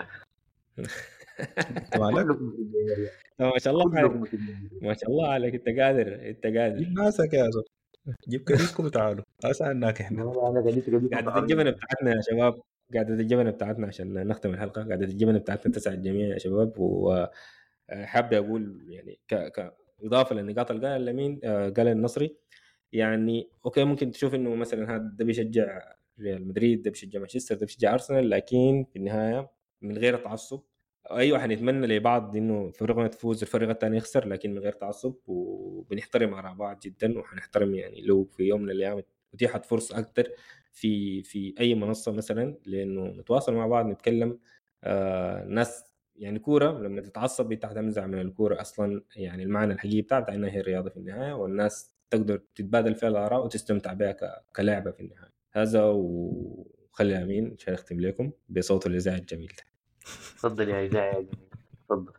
S1: انت مالك؟
S3: كلكم في الجمهورية.
S2: ما شاء الله عليك،
S3: كلكم في الجمهورية.
S2: ما شاء الله عليك، انت قادر انت قادر.
S1: جيب ناسك يا زول، جيب كريسكو وتعالوا اسالناك احنا.
S3: انا قاعدين
S2: قاعدة
S3: متعارضين.
S2: الجبنة بتاعتنا يا شباب، قاعدة الجبنة بتاعتنا عشان نختم الحلقة، قاعدة الجبنة بتاعتنا تسعد الجميع يا شباب. وحابب أقول يعني كإضافة للنقاط اللي قال لمين قال النصري، يعني أوكي ممكن تشوف إنه مثلا هذا ده بيشجع ريال مدريد، ده بيشجع مانشستر، ده بيشجع أرسنال، لكن في النهاية من غير تعصب. أيوة حنتمنى لبعض إنه فريقنا تفوز الفريق الثاني يخسر، لكن من غير تعصب، وبنحترم آراء بعض جدا، وحنحترم يعني لو في يوم من الأيام اتيحت فرصة أكتر في أي منصة مثلا لأنه نتواصل مع بعض نتكلم. ناس يعني كورة لما تتعصب انت هتنزع من الكورة أصلا، يعني المعنى الحقيقي بتاعتها إنها هي الرياضة في النهاية، والناس تقدر تتبادل فيها الآراء وتستمتع بها كلعبة في النهاية. هذا وخلي أمين عشان أختم لكم بصوت الإذاعة الجميل ده.
S3: تفضل يا إذاعة يا جميل، تفضل.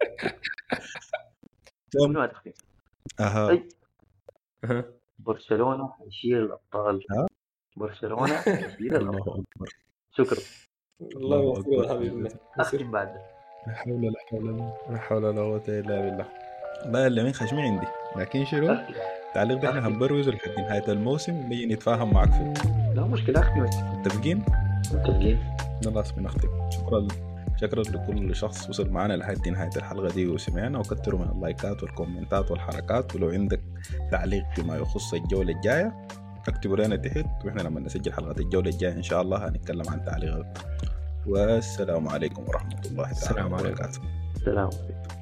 S1: تمام.
S3: منو هتختم؟
S1: اها
S3: طيب، برشلونة حيشيل الأبطال.
S1: ها؟
S3: برشلونة حيشيل الأبطال.
S1: الله اكبر،
S3: شكرا.
S2: الله
S1: الله
S2: يوفقك يا
S1: اكبر.
S2: حبيبنا.
S3: أختم بعد ده.
S1: لا حول ولا حول لا حول ولا قوة الا بالله. لا اللي من خشمي عندي، لكن شنو
S3: أختم.
S1: التعليق ده احنا
S3: أختم.
S1: هنبروزه لحد نهاية الموسم نيجي نتفاهم معك فيه.
S3: لا مشكلة، أختم.
S1: متفقين؟
S3: متفقين.
S1: خلاص بنختم. شكرا لكل شخص وصل معنا لحد نهاية الحلقة دي وسمعنا، وكتروا من اللايكات والكومنتات والحركات. ولو عندك تعليق فيما يخص الجولة الجاية اكتبوا لنا تحت، واحنا لما نسجل حلقة الجولة الجاية ان شاء الله هنتكلم عن تعليقات. والسلام عليكم ورحمة الله تعالى وبركاته.
S3: السلام عليكم.